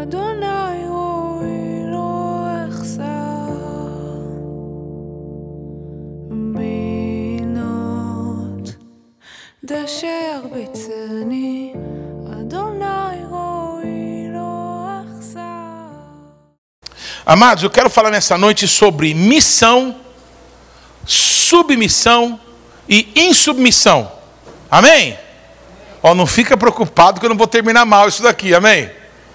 אדוני רואי לא אחסר בינות דשא ירביצני אדוני רואי לא אחסר. Amados, eu quero falar nessa noite sobre missão, submissão e insubmissão. Amém? Ó, não fica preocupado que eu não vou terminar mal isso daqui, amém?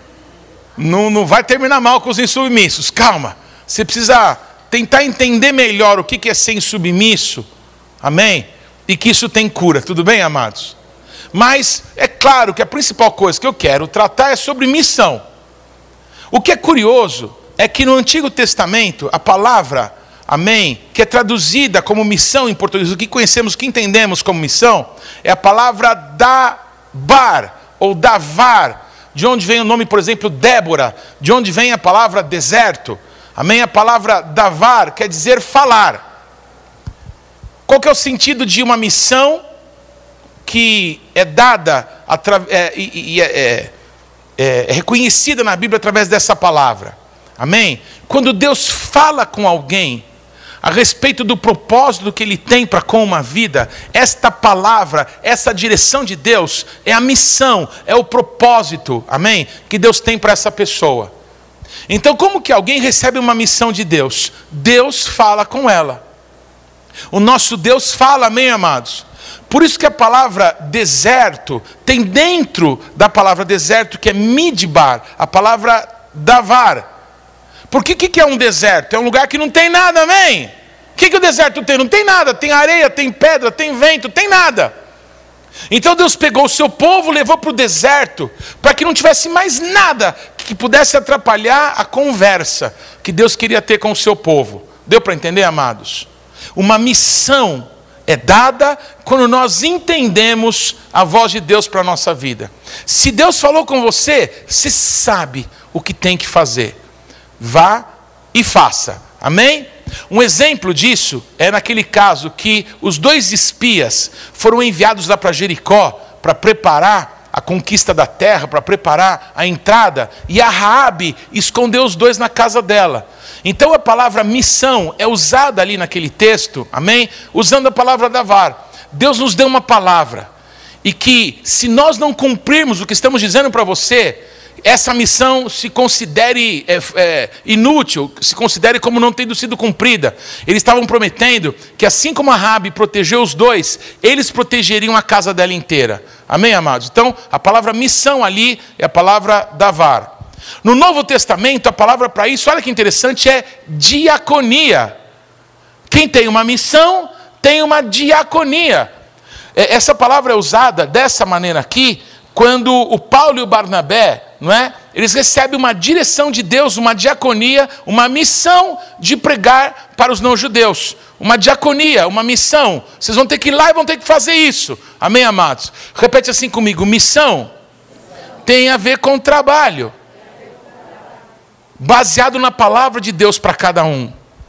Não vai terminar mal com os insubmissos, calma. Você precisa tentar entender melhor o que é ser insubmisso, amém? E que isso tem cura, tudo bem, amados? Mas é claro que a principal coisa que eu quero tratar é sobre missão. O que é curioso é que no Antigo Testamento, a palavra, amém, que é traduzida como missão em português, o que conhecemos, o que entendemos como missão, é a palavra dabar, ou davar, de onde vem o nome, por exemplo, Débora, de onde vem a palavra deserto, amém, a palavra davar quer dizer falar. Qual que é o sentido de uma missão que é dada, é reconhecida na Bíblia através dessa palavra? Amém? Quando Deus fala com alguém a respeito do propósito que Ele tem para com uma vida, esta palavra, essa direção de Deus é a missão, é o propósito, amém? Que Deus tem para essa pessoa. Então, como que alguém recebe uma missão de Deus? Deus fala com ela. O nosso Deus fala, amém, amados? Por isso que a palavra deserto tem dentro da palavra deserto, que é midbar, a palavra davar. Porque o que é um deserto? É um lugar que não tem nada, amém? O que o deserto tem? Não tem nada, tem areia, tem pedra, tem vento, tem nada. Então Deus pegou o seu povo, levou para o deserto, para que não tivesse mais nada que pudesse atrapalhar a conversa que Deus queria ter com o seu povo. Deu para entender, amados? Uma missão é dada quando nós entendemos a voz de Deus para a nossa vida. Se Deus falou com você, você sabe o que tem que fazer. Vá e faça, amém? Um exemplo disso é naquele caso que os 2 espias foram enviados lá para Jericó para preparar a conquista da terra, para preparar a entrada, e a Raabe escondeu os 2 na casa dela. Então a palavra missão é usada ali naquele texto, amém? Usando a palavra davar. Deus nos deu uma palavra, e que se nós não cumprirmos o que estamos dizendo para você, essa missão se considere inútil, se considere como não tendo sido cumprida. Eles estavam prometendo que assim como a Raabe protegeu os 2, eles protegeriam a casa dela inteira. Amém, amados? Então, a palavra missão ali é a palavra davar. No Novo Testamento, a palavra para isso, olha que interessante, é diaconia. Quem tem uma missão, tem uma diaconia. Essa palavra é usada dessa maneira aqui, quando o Paulo e o Barnabé, não é? Eles recebem uma direção de Deus, uma diaconia, uma missão de pregar para os não-judeus. Uma diaconia, uma missão. Vocês vão ter que ir lá e vão ter que fazer isso. Amém, amados? Repete assim comigo. Missão tem a ver com trabalho. Baseado na palavra de Deus para cada um.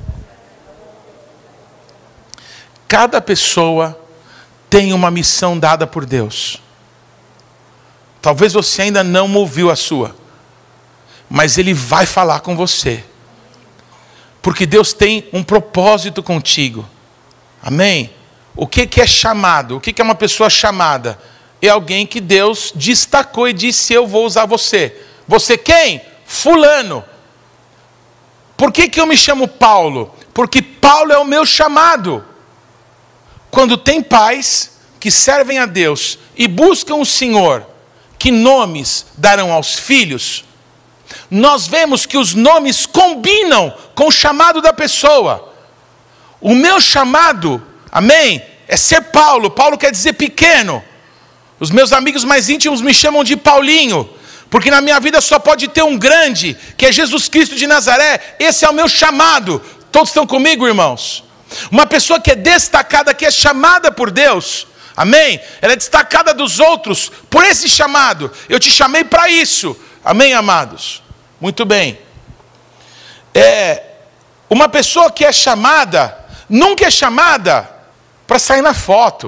Cada pessoa tem uma missão dada por Deus. Talvez você ainda não ouviu a sua, mas Ele vai falar com você, porque Deus tem um propósito contigo, amém? O que é chamado? O que é uma pessoa chamada? É alguém que Deus destacou e disse: eu vou usar você. Você quem? Fulano. Por que eu me chamo Paulo? Porque Paulo é o meu chamado. Quando tem pais que servem a Deus e buscam o Senhor, que nomes darão aos filhos, nós vemos que os nomes combinam com o chamado da pessoa. O meu chamado, amém, é ser Paulo. Paulo quer dizer pequeno. Os meus amigos mais íntimos me chamam de Paulinho, porque na minha vida só pode ter um grande, que é Jesus Cristo de Nazaré. Esse é o meu chamado. Todos estão comigo, irmãos? Uma pessoa que é destacada, que é chamada por Deus, amém? Ela é destacada dos outros por esse chamado. Eu te chamei para isso. Amém, amados? Muito bem. Uma pessoa que é chamada, nunca é chamada para sair na foto,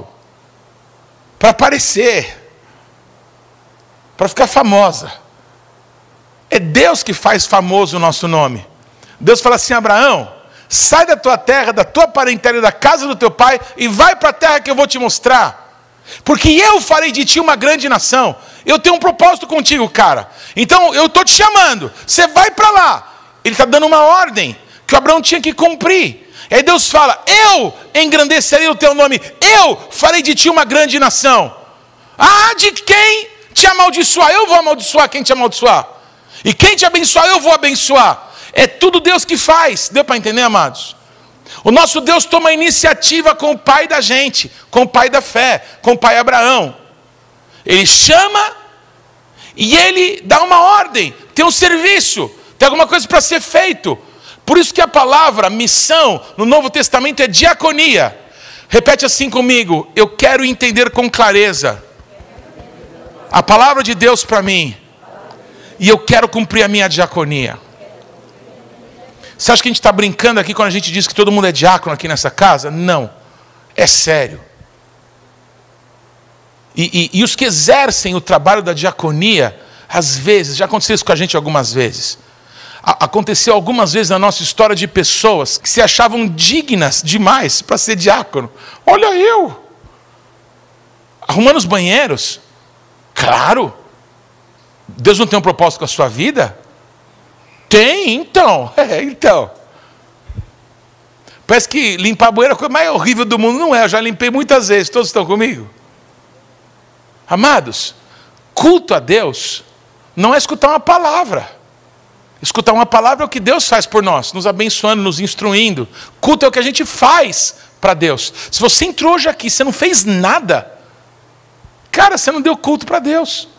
para aparecer, para ficar famosa. É Deus que faz famoso o nosso nome. Deus fala assim: Abraão, sai da tua terra, da tua parentela e da casa do teu pai e vai para a terra que eu vou te mostrar. Porque eu farei de ti uma grande nação. Eu tenho um propósito contigo, cara. Então eu estou te chamando. Você vai para lá. Ele está dando uma ordem que o Abraão tinha que cumprir. E aí Deus fala: eu engrandecerei o teu nome. Eu farei de ti uma grande nação. Ah, de quem te amaldiçoar? Eu vou amaldiçoar quem te amaldiçoar. E quem te abençoar, eu vou abençoar. É tudo Deus que faz. Deu para entender, amados? O nosso Deus toma iniciativa com o pai da gente, com o pai da fé, com o pai Abraão. Ele chama e ele dá uma ordem. Tem um serviço, tem alguma coisa para ser feito. Por isso que a palavra missão no Novo Testamento é diaconia. Repete assim comigo: eu quero entender com clareza a palavra de Deus para mim, e eu quero cumprir a minha diaconia. Você acha que a gente está brincando aqui quando a gente diz que todo mundo é diácono aqui nessa casa? Não, é sério. E os que exercem o trabalho da diaconia, às vezes, já aconteceu isso com a gente algumas vezes. Aconteceu algumas vezes na nossa história de pessoas que se achavam dignas demais para ser diácono. Olha eu, arrumando os banheiros. Claro, Deus não tem um propósito com a sua vida? Tem, então. Então. Parece que limpar banheiro é a coisa mais horrível do mundo. Não é, eu já limpei muitas vezes. Todos estão comigo? Amados, culto a Deus não é escutar uma palavra. Escutar uma palavra é o que Deus faz por nós, nos abençoando, nos instruindo. Culto é o que a gente faz para Deus. Se você entrou hoje aqui, você não fez nada, cara, você não deu culto para Deus.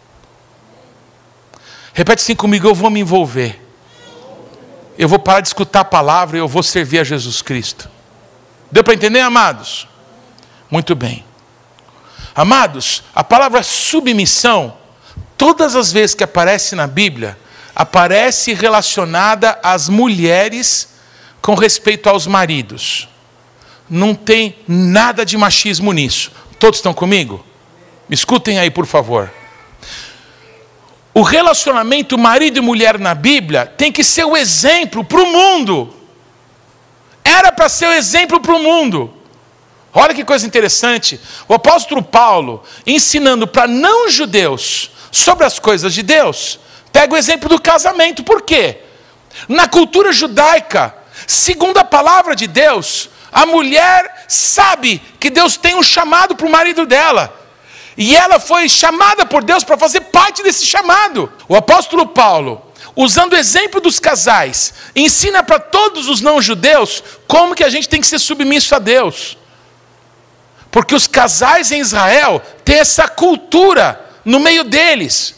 Repete assim comigo: eu vou me envolver. Eu vou parar de escutar a palavra e eu vou servir a Jesus Cristo. Deu para entender, amados? Muito bem. Amados, a palavra submissão, todas as vezes que aparece na Bíblia, aparece relacionada às mulheres com respeito aos maridos. Não tem nada de machismo nisso. Todos estão comigo? Me escutem aí, por favor. O relacionamento marido e mulher na Bíblia tem que ser o exemplo para o mundo. Era para ser o exemplo para o mundo. Olha que coisa interessante. O apóstolo Paulo, ensinando para não-judeus sobre as coisas de Deus, pega o exemplo do casamento. Por quê? Na cultura judaica, segundo a palavra de Deus, a mulher sabe que Deus tem um chamado para o marido dela. E ela foi chamada por Deus para fazer parte desse chamado. O apóstolo Paulo, usando o exemplo dos casais, ensina para todos os não-judeus como que a gente tem que ser submisso a Deus. Porque os casais em Israel têm essa cultura no meio deles.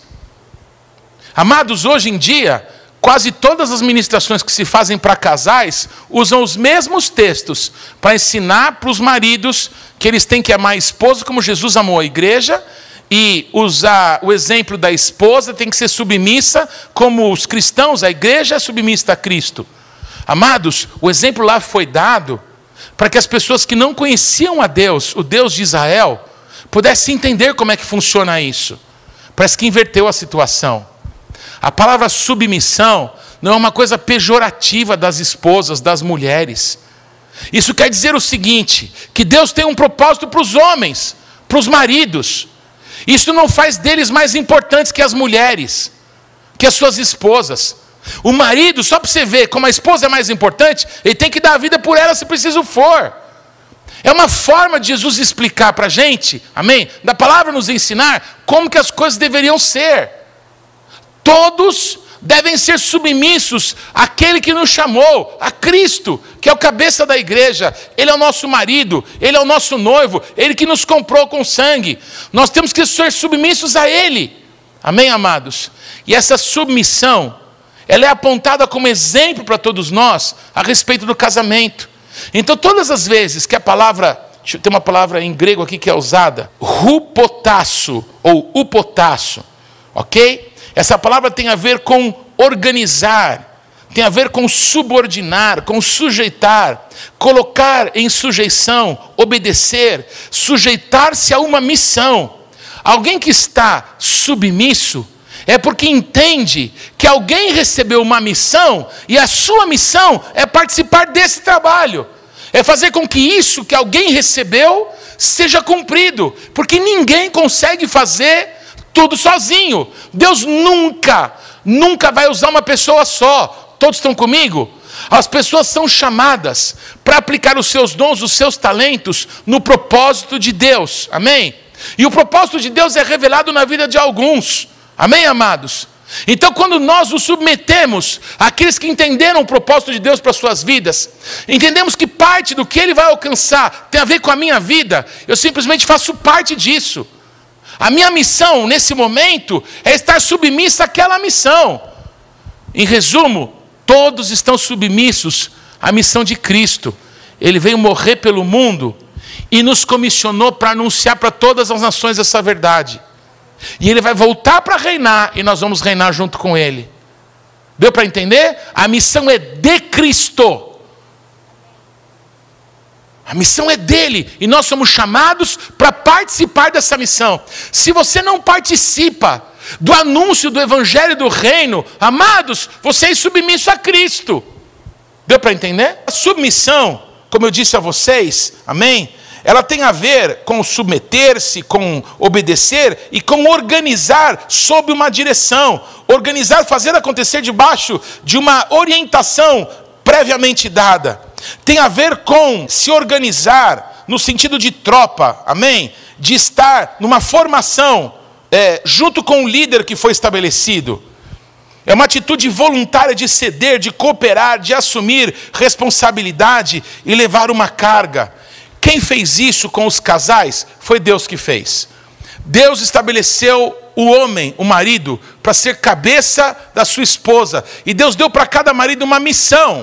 Amados, hoje em dia, quase todas as ministrações que se fazem para casais usam os mesmos textos para ensinar para os maridos que eles têm que amar a esposa como Jesus amou a igreja, e usar o exemplo da esposa tem que ser submissa como os cristãos, a igreja é submissa a Cristo. Amados, o exemplo lá foi dado para que as pessoas que não conheciam a Deus, o Deus de Israel, pudessem entender como é que funciona isso. Parece que inverteu a situação. A palavra submissão não é uma coisa pejorativa das esposas, das mulheres. Isso quer dizer o seguinte, que Deus tem um propósito para os homens, para os maridos. Isso não faz deles mais importantes que as mulheres, que as suas esposas. O marido, só para você ver como a esposa é mais importante, ele tem que dar a vida por ela se preciso for. É uma forma de Jesus explicar para a gente, amém? Da palavra nos ensinar como que as coisas deveriam ser. Todos devem ser submissos àquele que nos chamou, a Cristo, que é o cabeça da igreja. Ele é o nosso marido, Ele é o nosso noivo, Ele que nos comprou com sangue. Nós temos que ser submissos a Ele. Amém, amados? E essa submissão, ela é apontada como exemplo para todos nós a respeito do casamento. Então, todas as vezes que a palavra, tem uma palavra em grego aqui que é usada, hupotasso ou upotasso, ok? Essa palavra tem a ver com organizar, tem a ver com subordinar, com sujeitar, colocar em sujeição, obedecer, sujeitar-se a uma missão. Alguém que está submisso é porque entende que alguém recebeu uma missão e a sua missão é participar desse trabalho. É fazer com que isso que alguém recebeu seja cumprido. Porque ninguém consegue fazer tudo sozinho. Deus nunca vai usar uma pessoa só. Todos estão comigo? As pessoas são chamadas para aplicar os seus dons, os seus talentos no propósito de Deus. Amém? E o propósito de Deus é revelado na vida de alguns. Amém, amados? Então, quando nós nos submetemos àqueles que entenderam o propósito de Deus para as suas vidas, entendemos que parte do que Ele vai alcançar tem a ver com a minha vida, eu simplesmente faço parte disso. A minha missão, nesse momento, é estar submissa àquela missão. Em resumo, todos estão submissos à missão de Cristo. Ele veio morrer pelo mundo e nos comissionou para anunciar para todas as nações essa verdade. E Ele vai voltar para reinar e nós vamos reinar junto com Ele. Deu para entender? A missão é de Cristo. A missão é dele e nós somos chamados para participar dessa missão. Se você não participa do anúncio do evangelho do reino, amados, você é submisso a Cristo. Deu para entender? A submissão, como eu disse a vocês, amém? Ela tem a ver com submeter-se, com obedecer e com organizar sob uma direção. Organizar, fazer acontecer debaixo de uma orientação previamente dada. Tem a ver com se organizar no sentido de tropa, amém? De estar numa formação junto com o líder que foi estabelecido. É uma atitude voluntária de ceder, de cooperar, de assumir responsabilidade e levar uma carga. Quem fez isso com os casais foi Deus que fez. Deus estabeleceu o homem, o marido, para ser cabeça da sua esposa. E Deus deu para cada marido uma missão.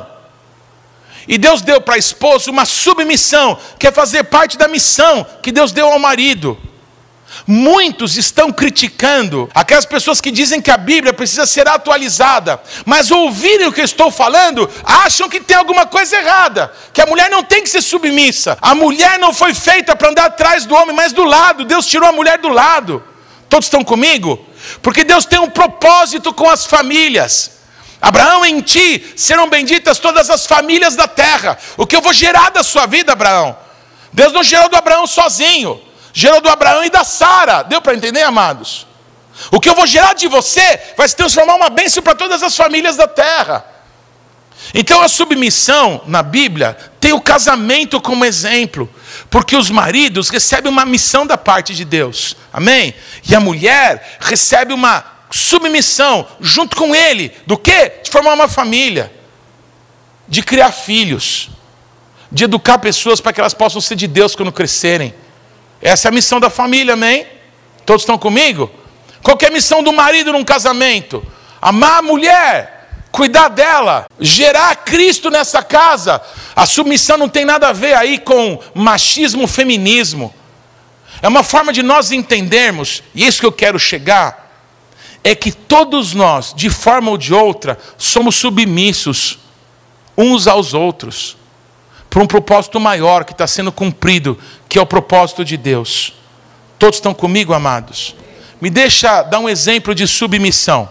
E Deus deu para a esposa uma submissão, que é fazer parte da missão que Deus deu ao marido. Muitos estão criticando aquelas pessoas que dizem que a Bíblia precisa ser atualizada, mas ouvirem o que eu estou falando, acham que tem alguma coisa errada, que a mulher não tem que ser submissa. A mulher não foi feita para andar atrás do homem, mas do lado. Deus tirou a mulher do lado. Todos estão comigo? Porque Deus tem um propósito com as famílias. Abraão, em ti serão benditas todas as famílias da terra. O que eu vou gerar da sua vida, Abraão? Deus não gerou do Abraão sozinho, gerou do Abraão e da Sara. Deu para entender, amados? O que eu vou gerar de você vai se transformar uma bênção para todas as famílias da terra. Então a submissão na Bíblia tem o casamento como exemplo, porque os maridos recebem uma missão da parte de Deus, amém? E a mulher recebe uma submissão junto com ele, do quê? De formar uma família, de criar filhos, de educar pessoas para que elas possam ser de Deus quando crescerem. Essa é a missão da família, amém? Todos estão comigo? Qual que é a missão do marido num casamento? Amar a mulher, cuidar dela, gerar Cristo nessa casa. A submissão não tem nada a ver aí com machismo, feminismo. É uma forma de nós entendermos, e isso que eu quero chegar, é que todos nós, de forma ou de outra, somos submissos uns aos outros, por um propósito maior que está sendo cumprido, que é o propósito de Deus. Todos estão comigo, amados? Me deixa dar um exemplo de submissão.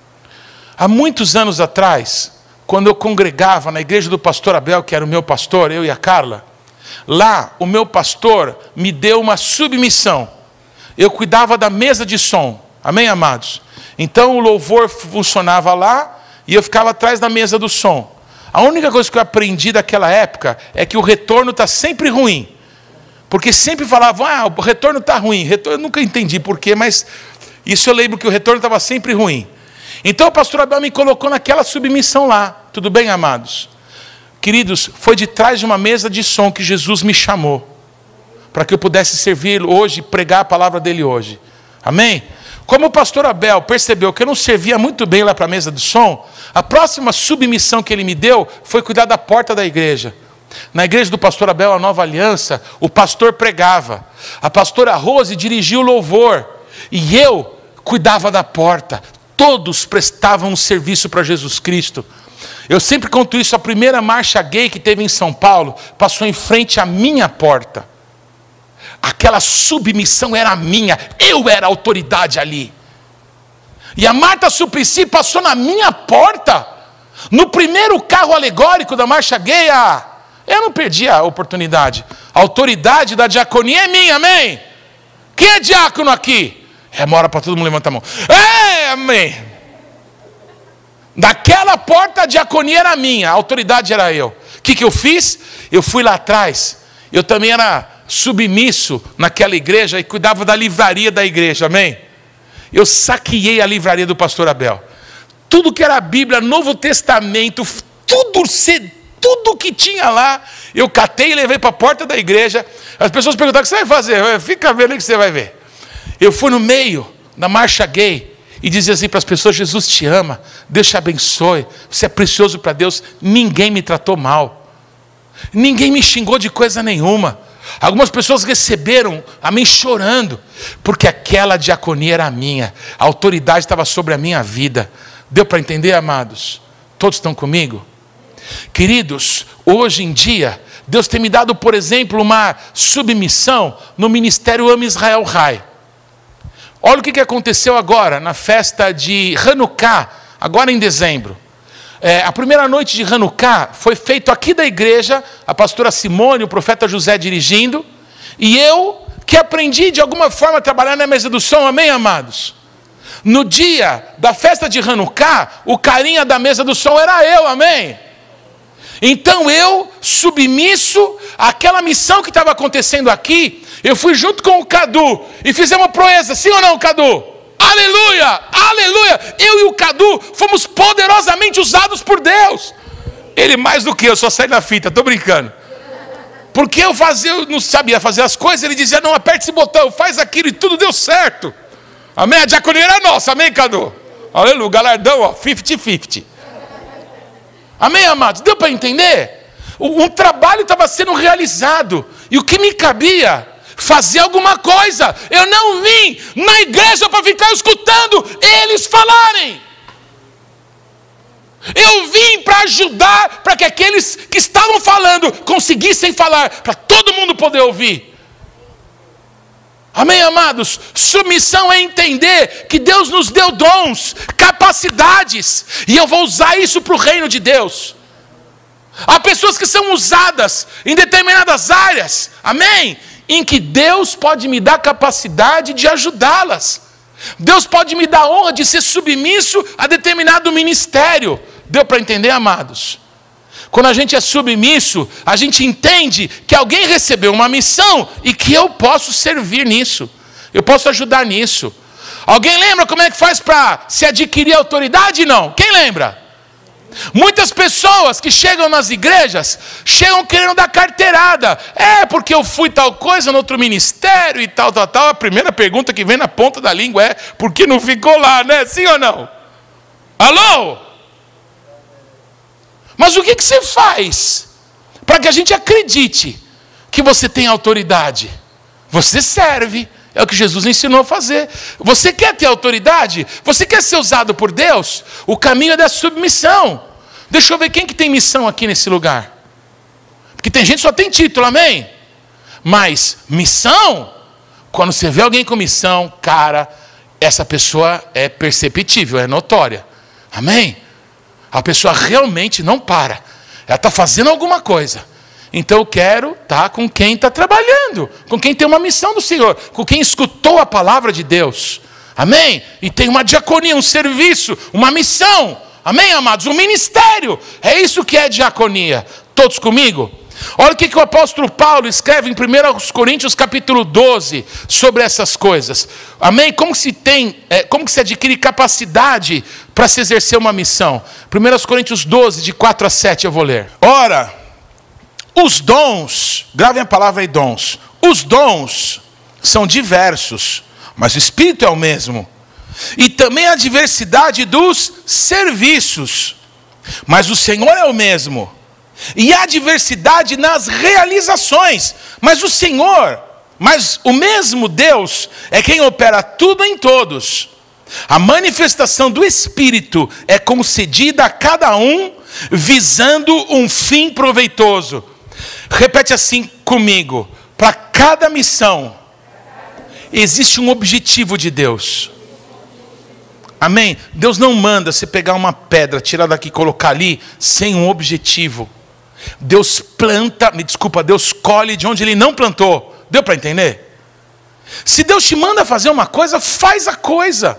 Há muitos anos atrás, quando eu congregava na igreja do pastor Abel, que era o meu pastor, eu e a Carla, lá o meu pastor me deu uma submissão. Eu cuidava da mesa de som, amém, amados? Então o louvor funcionava lá e eu ficava atrás da mesa do som. A única coisa que eu aprendi daquela época é que o retorno está sempre ruim. Porque sempre falavam, o retorno está ruim. Eu nunca entendi porquê, mas isso eu lembro que o retorno estava sempre ruim. Então o pastor Abel me colocou naquela submissão lá. Tudo bem, amados? Queridos, foi de trás de uma mesa de som que Jesus me chamou, para que eu pudesse servir hoje e pregar a palavra dele hoje. Amém? Como o pastor Abel percebeu que eu não servia muito bem lá para a mesa do som, a próxima submissão que ele me deu foi cuidar da porta da igreja. Na igreja do pastor Abel, a Nova Aliança, o pastor pregava. A pastora Rose dirigia o louvor. E eu cuidava da porta. Todos prestavam um serviço para Jesus Cristo. Eu sempre conto isso, a primeira marcha gay que teve em São Paulo, passou em frente à minha porta. Aquela submissão era minha, eu era a autoridade ali. E a Marta Suplicy passou na minha porta, no primeiro carro alegórico da Marcha Gay. Eu não perdi a oportunidade. A autoridade da diaconia é minha, amém? Quem é diácono aqui? Mora para todo mundo, levanta a mão. Amém. Daquela porta a diaconia era minha, a autoridade era eu. O que eu fiz? Eu fui lá atrás. Eu também era submisso naquela igreja e cuidava da livraria da igreja, amém? Eu saqueei a livraria do pastor Abel. Tudo que era Bíblia, Novo Testamento, tudo que tinha lá, eu catei e levei para a porta da igreja. As pessoas perguntaram: o que você vai fazer? Fica vendo o que você vai ver. Eu fui no meio da Marcha Gay e dizia assim para as pessoas: Jesus te ama, Deus te abençoe, você é precioso para Deus. Ninguém me tratou mal, ninguém me xingou de coisa nenhuma. Algumas pessoas receberam a mim chorando, porque aquela diaconia era minha, a autoridade estava sobre a minha vida. Deu para entender, amados? Todos estão comigo? Queridos, hoje em dia, Deus tem me dado, por exemplo, uma submissão no Ministério Ama Israel Rai. Olha o que aconteceu agora, na festa de Hanukkah, agora em dezembro. A primeira noite de Hanukkah foi feito aqui da igreja, a pastora Simone, o profeta José dirigindo, e eu, que aprendi de alguma forma a trabalhar na mesa do som, amém, amados? No dia da festa de Hanukkah, o carinha da mesa do som era eu, amém? Então eu, submisso àquela missão que estava acontecendo aqui, eu fui junto com o Cadu e fizemos uma proeza, sim ou não, Cadu? Aleluia, aleluia. Eu e o Cadu fomos poderosamente usados por Deus. Ele mais do que eu, só sai na fita, estou brincando. Porque eu não sabia fazer as coisas, ele dizia: não, aperte esse botão, faz aquilo, e tudo deu certo. Amém? A diaconia era nossa, amém, Cadu? Aleluia, galardão, ó, 50-50. Amém, amados? Deu para entender? Um trabalho estava sendo realizado, e o que me cabia? Fazer alguma coisa. Eu não vim na igreja para ficar escutando eles falarem. Eu vim para ajudar, para que aqueles que estavam falando conseguissem falar, para todo mundo poder ouvir. Amém, amados? Submissão é entender que Deus nos deu dons, capacidades, e eu vou usar isso para o reino de Deus. Há pessoas que são usadas em determinadas áreas, amém? Em que Deus pode me dar capacidade de ajudá-las. Deus pode me dar honra de ser submisso a determinado ministério. Deu para entender, amados? Quando a gente é submisso, a gente entende que alguém recebeu uma missão e que eu posso servir nisso. Eu posso ajudar nisso. Alguém lembra como é que faz para se adquirir autoridade? Não. Quem lembra? Muitas pessoas que chegam nas igrejas, chegam querendo dar carteirada. Porque eu fui tal coisa no outro ministério e tal. A primeira pergunta que vem na ponta da língua é: por que não ficou lá, né? Sim ou não? Alô? Mas o que você faz para que a gente acredite que você tem autoridade? Você serve. É o que Jesus ensinou a fazer. Você quer ter autoridade? Você quer ser usado por Deus? O caminho é da submissão. Deixa eu ver quem que tem missão aqui nesse lugar. Porque tem gente que só tem título, amém? Mas missão, quando você vê alguém com missão, cara, essa pessoa é perceptível, é notória. Amém? A pessoa realmente não para. Ela está fazendo alguma coisa. Então eu quero estar com quem está trabalhando, com quem tem uma missão do Senhor, com quem escutou a palavra de Deus. Amém? E tem uma diaconia, um serviço, uma missão. Amém, amados? Um ministério. É isso que é diaconia. Todos comigo? Olha o que o apóstolo Paulo escreve em 1 Coríntios capítulo 12 sobre essas coisas. Amém? Como que se adquire capacidade para se exercer uma missão? 1 Coríntios 12, de 4 a 7 eu vou ler. Ora, os dons, gravem a palavra aí, dons. Os dons são diversos, mas o Espírito é o mesmo. E também a diversidade dos serviços, mas o Senhor é o mesmo. E há diversidade nas realizações, mas o mesmo Deus é quem opera tudo em todos. A manifestação do Espírito é concedida a cada um, visando um fim proveitoso. Repete assim comigo: para cada missão existe um objetivo de Deus. Amém? Deus não manda você pegar uma pedra, tirar daqui e colocar ali, sem um objetivo. Deus planta, Deus colhe de onde Ele não plantou. Deu para entender? Se Deus te manda fazer uma coisa, faz a coisa.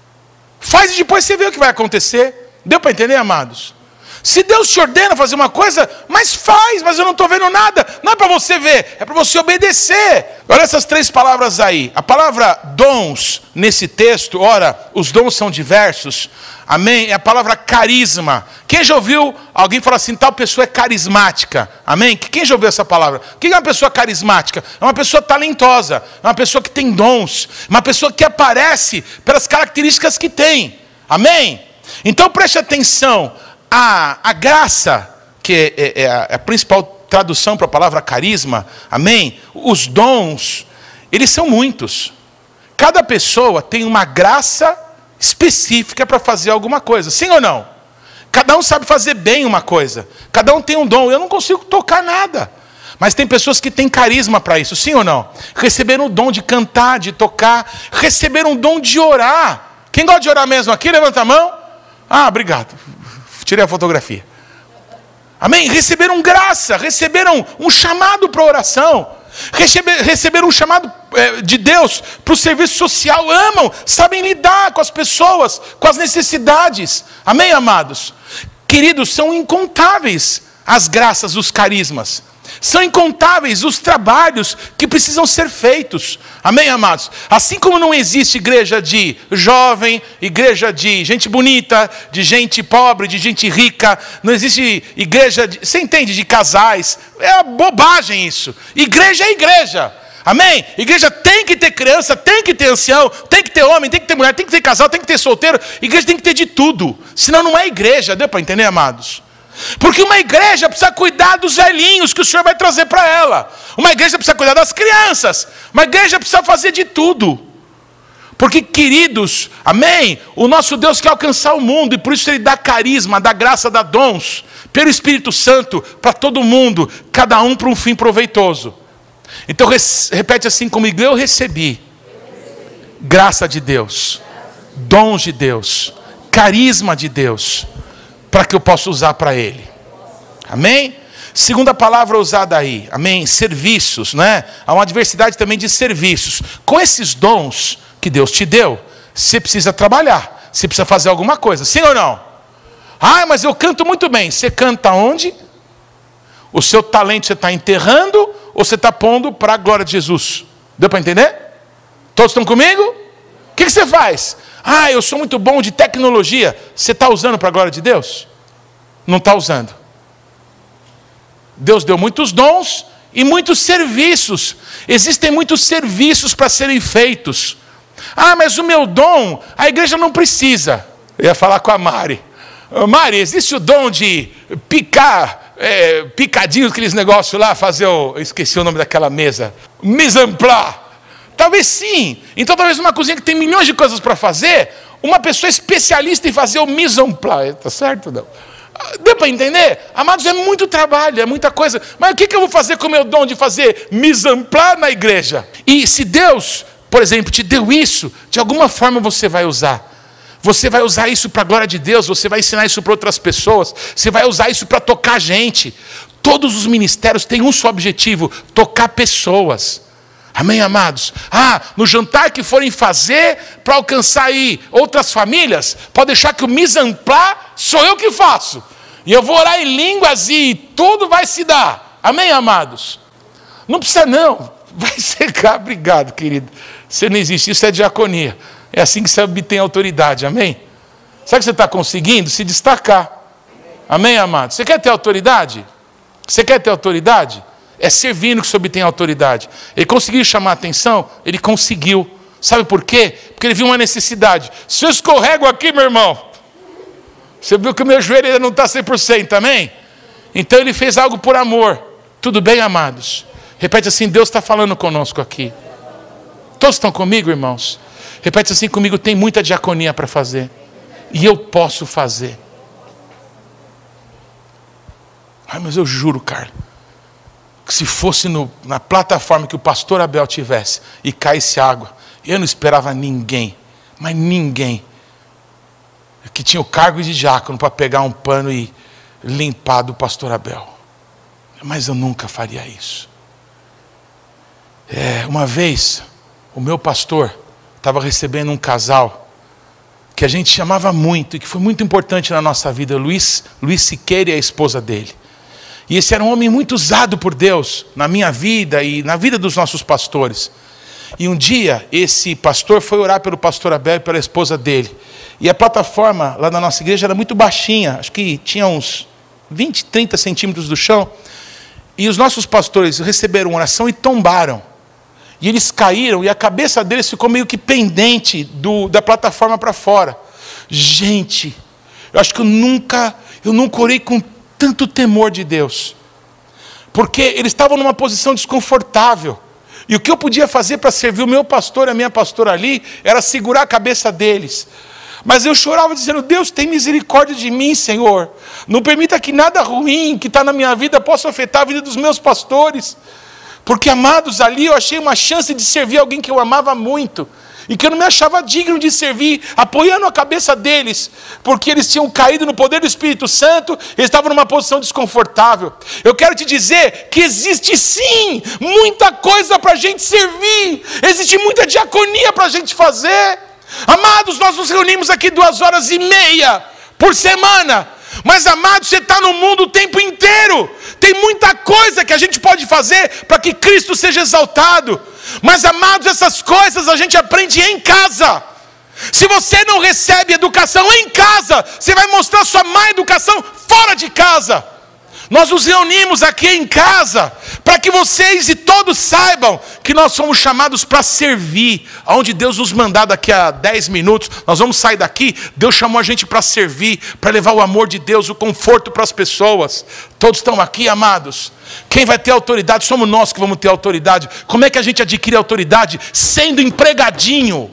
Faz e depois você vê o que vai acontecer. Deu para entender, amados? Se Deus te ordena fazer uma coisa, mas faz, mas eu não estou vendo nada. Não é para você ver, é para você obedecer. Olha essas 3 palavras aí. A palavra dons, nesse texto, ora, os dons são diversos. Amém? É a palavra carisma. Quem já ouviu alguém falar assim, tal pessoa é carismática? Amém? Quem já ouviu essa palavra? O que é uma pessoa carismática? É uma pessoa talentosa, é uma pessoa que tem dons, uma pessoa que aparece pelas características que tem. Amém? Então preste atenção. A graça, que é a principal tradução para a palavra carisma, amém? Os dons, eles são muitos. Cada pessoa tem uma graça específica para fazer alguma coisa, sim ou não? Cada um sabe fazer bem uma coisa, cada um tem um dom. Eu não consigo tocar nada, mas tem pessoas que têm carisma para isso, sim ou não? Receberam o dom de cantar, de tocar, receberam o dom de orar. Quem gosta de orar mesmo aqui, levanta a mão. Ah, obrigado. Tirei a fotografia. Amém? Receberam graça, receberam um chamado para oração, receberam um chamado de Deus para o serviço social, amam, sabem lidar com as pessoas, com as necessidades. Amém, amados? Queridos, são incontáveis as graças, os carismas. São incontáveis os trabalhos que precisam ser feitos. Amém, amados? Assim como não existe igreja de jovem, igreja de gente bonita, de gente pobre, de gente rica. Não existe igreja, você entende, de casais. É bobagem isso. Igreja é igreja. Amém? Igreja tem que ter criança, tem que ter ancião, tem que ter homem, tem que ter mulher, tem que ter casal, tem que ter solteiro. Igreja tem que ter de tudo. Senão não é igreja. Deu para entender, amados? Porque uma igreja precisa cuidar dos velhinhos que o Senhor vai trazer para ela. Uma igreja precisa cuidar das crianças. Uma igreja precisa fazer de tudo. Porque, queridos, amém? O nosso Deus quer alcançar o mundo e por isso Ele dá carisma, dá graça, dá dons, pelo Espírito Santo, para todo mundo, cada um para um fim proveitoso. Então, repete assim comigo: eu recebi graça de Deus, dons de Deus, carisma de Deus, para que eu possa usar para Ele. Amém? Segunda palavra usada aí, amém? Serviços, né? Há uma diversidade também de serviços. Com esses dons que Deus te deu, você precisa trabalhar, você precisa fazer alguma coisa, sim ou não? Ah, mas eu canto muito bem. Você canta onde? O seu talento você está enterrando ou você está pondo para a glória de Jesus? Deu para entender? Todos estão comigo? O que você faz? Ah, eu sou muito bom de tecnologia. Você está usando para a glória de Deus? Não está usando. Deus deu muitos dons e muitos serviços. Existem muitos serviços para serem feitos. Ah, mas o meu dom, a igreja não precisa. Eu ia falar com a Mari. Mari, existe o dom de picar, picadinhos, aqueles negócios lá, fazer eu esqueci o nome daquela mesa. Mise en place. Talvez sim. Então talvez uma cozinha que tem milhões de coisas para fazer, uma pessoa especialista em fazer o mise en place. Está certo? Não. Deu para entender? Amados, é muito trabalho, é muita coisa. Mas o que eu vou fazer com o meu dom de fazer mise en place na igreja? E se Deus, por exemplo, te deu isso, de alguma forma você vai usar. Você vai usar isso para a glória de Deus, você vai ensinar isso para outras pessoas, você vai usar isso para tocar gente. Todos os ministérios têm um só objetivo: tocar pessoas. Amém, amados? Ah, no jantar que forem fazer para alcançar aí outras famílias, pode deixar que o mise en place sou eu que faço. E eu vou orar em línguas e tudo vai se dar. Amém, amados? Não precisa não. Vai secar, obrigado, querido. Você não existe, isso é diaconia. É assim que você obtém autoridade, amém? Sabe que você está conseguindo? Se destacar. Amém, amados? Você quer ter autoridade? Você quer ter autoridade? É servindo que você obtém autoridade. Ele conseguiu chamar a atenção? Ele conseguiu. Sabe por quê? Porque ele viu uma necessidade. Se eu escorrego aqui, meu irmão, você viu que o meu joelho ainda não está 100%, amém? Então ele fez algo por amor. Tudo bem, amados? Repete assim: Deus está falando conosco aqui. Todos estão comigo, irmãos? Repete assim comigo: tem muita diaconia para fazer. E eu posso fazer. Ai, mas eu juro, Carlos, que se fosse na plataforma que o pastor Abel tivesse e caísse água, eu não esperava ninguém, mas ninguém, que tinha o cargo de diácono para pegar um pano e limpar do pastor Abel. Mas eu nunca faria isso. Uma vez, o meu pastor estava recebendo um casal que a gente chamava muito e que foi muito importante na nossa vida, Luiz Siqueira e a esposa dele. E esse era um homem muito usado por Deus na minha vida e na vida dos nossos pastores. E um dia, esse pastor foi orar pelo pastor Abel e pela esposa dele. E a plataforma lá na nossa igreja era muito baixinha, acho que tinha uns 20, 30 centímetros do chão. E os nossos pastores receberam oração e tombaram. E eles caíram e a cabeça deles ficou meio que pendente da plataforma para fora. Gente, eu acho que eu nunca orei com tanto temor de Deus. Porque eles estavam numa posição desconfortável. E o que eu podia fazer para servir o meu pastor e a minha pastora ali era segurar a cabeça deles. Mas eu chorava dizendo, Deus, tem misericórdia de mim, Senhor. Não permita que nada ruim que está na minha vida possa afetar a vida dos meus pastores. Porque, amados, ali eu achei uma chance de servir alguém que eu amava muito. E que eu não me achava digno de servir, apoiando a cabeça deles. Porque eles tinham caído no poder do Espírito Santo, eles estavam numa posição desconfortável. Eu quero te dizer que existe sim, muita coisa para a gente servir. Existe muita diaconia para a gente fazer. Amados, nós nos reunimos aqui 2h30 por semana. Mas, amados, você está no mundo o tempo inteiro. Tem muita coisa que a gente pode fazer para que Cristo seja exaltado. Mas, amados, essas coisas a gente aprende em casa. Se você não recebe educação em casa, você vai mostrar sua má educação fora de casa. Nós nos reunimos aqui em casa para que vocês e todos saibam que nós somos chamados para servir. Aonde Deus nos mandar daqui a 10 minutos, nós vamos sair daqui. Deus chamou a gente para servir, para levar o amor de Deus, o conforto para as pessoas. Todos estão aqui, amados. Quem vai ter autoridade? Somos nós que vamos ter autoridade. Como é que a gente adquire autoridade? Sendo empregadinho,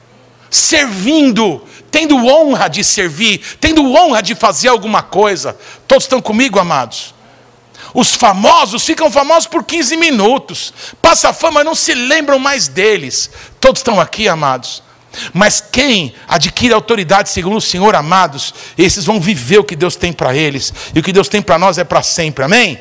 servindo, tendo honra de servir, tendo honra de fazer alguma coisa. Todos estão comigo, amados? Os famosos ficam famosos por 15 minutos. Passa a fama, não se lembram mais deles. Todos estão aqui, amados? Mas quem adquire autoridade segundo o Senhor, amados, esses vão viver o que Deus tem para eles. E o que Deus tem para nós é para sempre, amém?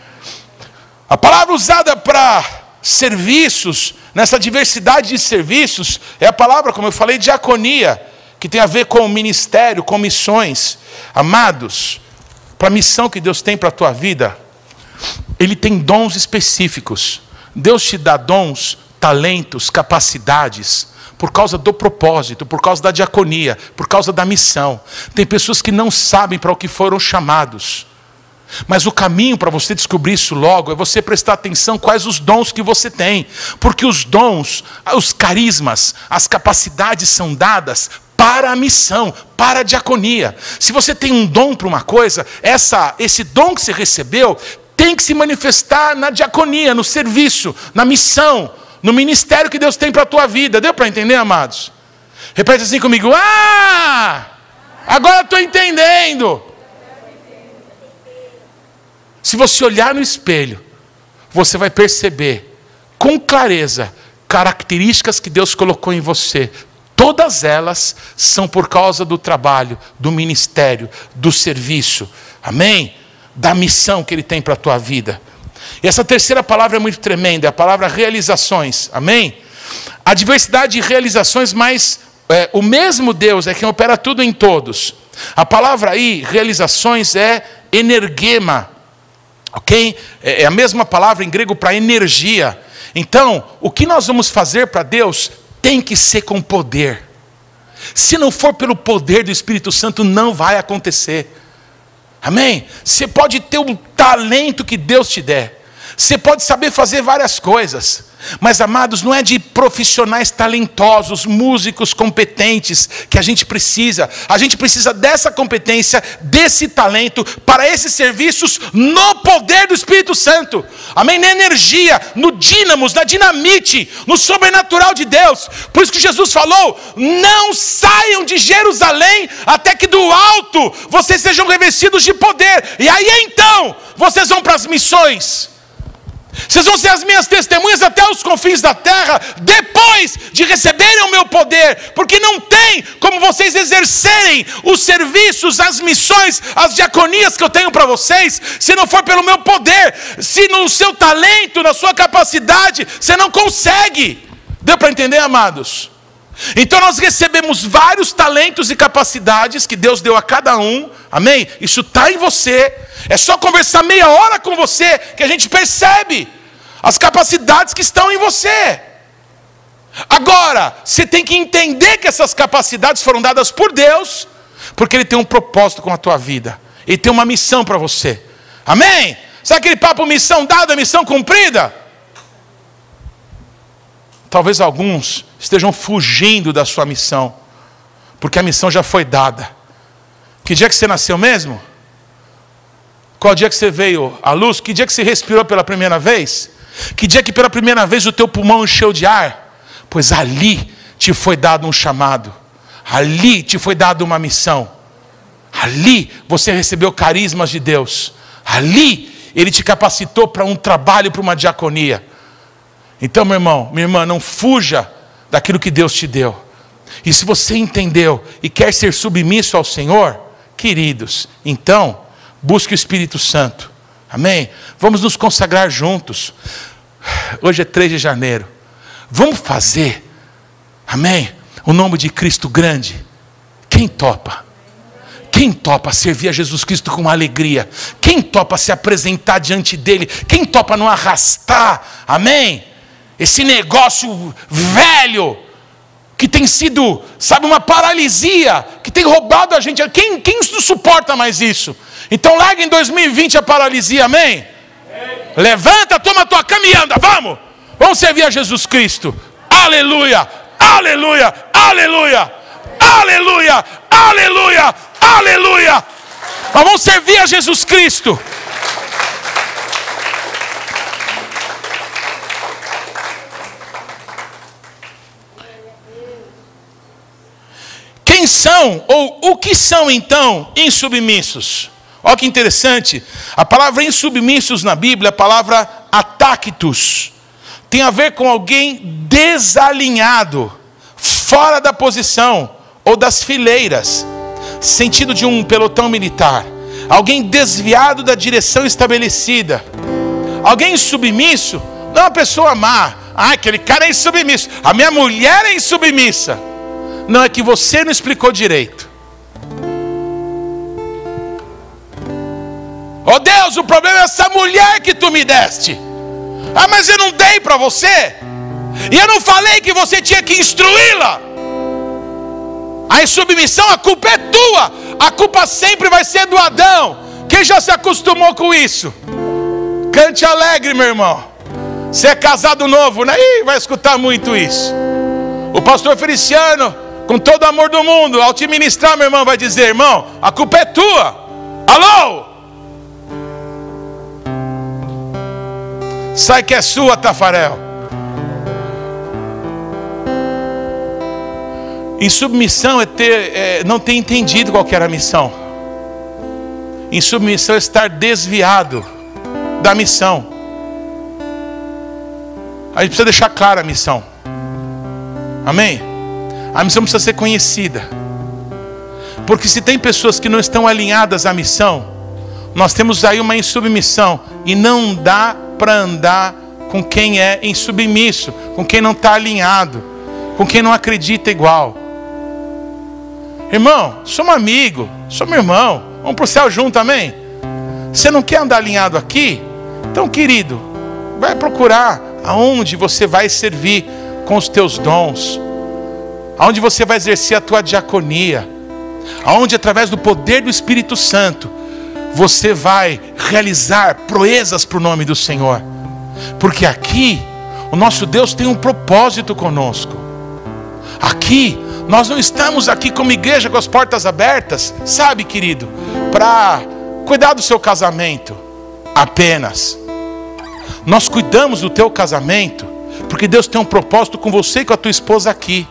A palavra usada para serviços, nessa diversidade de serviços, é a palavra, como eu falei, diaconia, que tem a ver com o ministério, com missões. Amados, para a missão que Deus tem para a tua vida, Ele tem dons específicos. Deus te dá dons, talentos, capacidades, por causa do propósito, por causa da diaconia, por causa da missão. Tem pessoas que não sabem para o que foram chamados. Mas o caminho para você descobrir isso logo é você prestar atenção quais os dons que você tem. Porque os dons, os carismas, as capacidades são dadas para a missão, para a diaconia. Se você tem um dom para uma coisa, esse dom que você recebeu tem que se manifestar na diaconia, no serviço, na missão, no ministério que Deus tem para a tua vida. Deu para entender, amados? Repete assim comigo. Agora estou entendendo. Se você olhar no espelho, você vai perceber com clareza características que Deus colocou em você. Todas elas são por causa do trabalho, do ministério, do serviço. Amém? Da missão que Ele tem para a tua vida. E essa terceira palavra é muito tremenda, é a palavra realizações. Amém? A diversidade de realizações, mas o mesmo Deus é quem opera tudo em todos. A palavra aí, realizações, é energema. Ok? É a mesma palavra em grego para energia. Então, o que nós vamos fazer para Deus tem que ser com poder. Se não for pelo poder do Espírito Santo, não vai acontecer. Amém? Você pode ter o talento que Deus te der. Você pode saber fazer várias coisas. Mas, amados, não é de profissionais talentosos, músicos competentes que a gente precisa. A gente precisa dessa competência, desse talento, para esses serviços no poder do Espírito Santo. Amém? Na energia, no dínamos, na dinamite, no sobrenatural de Deus. Por isso que Jesus falou, não saiam de Jerusalém até que do alto vocês sejam revestidos de poder. E aí então, vocês vão para as missões. Vocês vão ser as minhas testemunhas até os confins da terra, depois de receberem o meu poder, porque não tem como vocês exercerem os serviços, as missões, as diaconias que eu tenho para vocês, se não for pelo meu poder. Se no seu talento, na sua capacidade, você não consegue. Deu para entender, amados? Então nós recebemos vários talentos e capacidades que Deus deu a cada um, amém? Isso está em você, é só conversar meia hora com você que a gente percebe as capacidades que estão em você. Agora, você tem que entender que essas capacidades foram dadas por Deus, porque Ele tem um propósito com a tua vida, Ele tem uma missão para você, amém? Sabe aquele papo missão dada, missão cumprida? Talvez alguns estejam fugindo da sua missão, porque a missão já foi dada. Que dia que você nasceu mesmo? Qual dia que você veio à luz? Que dia que você respirou pela primeira vez? Que dia que pela primeira vez o teu pulmão encheu de ar? Pois ali te foi dado um chamado, ali te foi dada uma missão, ali você recebeu carismas de Deus, ali Ele te capacitou para um trabalho, para uma diaconia. Então, meu irmão, minha irmã, não fuja daquilo que Deus te deu. E se você entendeu e quer ser submisso ao Senhor, queridos, então, busque o Espírito Santo. Amém? Vamos nos consagrar juntos. Hoje é 3 de janeiro. Vamos fazer, amém? O nome de Cristo grande. Quem topa? Quem topa servir a Jesus Cristo com alegria? Quem topa se apresentar diante dEle? Quem topa não arrastar, amém? Esse negócio velho, que tem sido, sabe, uma paralisia, que tem roubado a gente. Quem suporta mais isso? Então larga em 2020 a paralisia, amém? Levanta, toma a tua cama e anda, vamos servir a Jesus Cristo. Aleluia, aleluia, aleluia, aleluia, aleluia, aleluia. Nós vamos servir a Jesus Cristo. Quem são, ou o que são então insubmissos? Olha que interessante, a palavra insubmissos na Bíblia, a palavra atactus, tem a ver com alguém desalinhado, fora da posição ou das fileiras, sentido de um pelotão militar, alguém desviado da direção estabelecida. Alguém insubmisso não é uma pessoa má. Aquele cara é insubmisso, a minha mulher é insubmissa. Não, é que você não explicou direito. Oh Deus, o problema é essa mulher que tu me deste. Mas eu não dei para você. E eu não falei que você tinha que instruí-la. A insubmissão, a culpa é tua. A culpa sempre vai ser do Adão. Quem já se acostumou com isso? Cante alegre, meu irmão. Você é casado novo, né? Vai escutar muito isso. O pastor Feliciano, com todo o amor do mundo, ao te ministrar, meu irmão, vai dizer: irmão, a culpa é tua. Alô? Sai que é sua, Tafarel. Insubmissão é não ter entendido qual que era a missão. Insubmissão é estar desviado da missão. A gente precisa deixar clara a missão. Amém? A missão precisa ser conhecida. Porque se tem pessoas que não estão alinhadas à missão, nós temos aí uma insubmissão. E não dá para andar com quem é insubmisso, com quem não está alinhado, com quem não acredita igual. Irmão, somos amigo, somos irmão, vamos para o céu junto, amém? Você não quer andar alinhado aqui? Então, querido, vai procurar aonde você vai servir com os teus dons, aonde você vai exercer a tua diaconia, aonde através do poder do Espírito Santo você vai realizar proezas para o nome do Senhor. Porque aqui o nosso Deus tem um propósito conosco. Aqui nós não estamos aqui como igreja com as portas abertas, sabe, querido, para cuidar do seu casamento apenas. Nós cuidamos do teu casamento porque Deus tem um propósito com você e com a tua esposa aqui.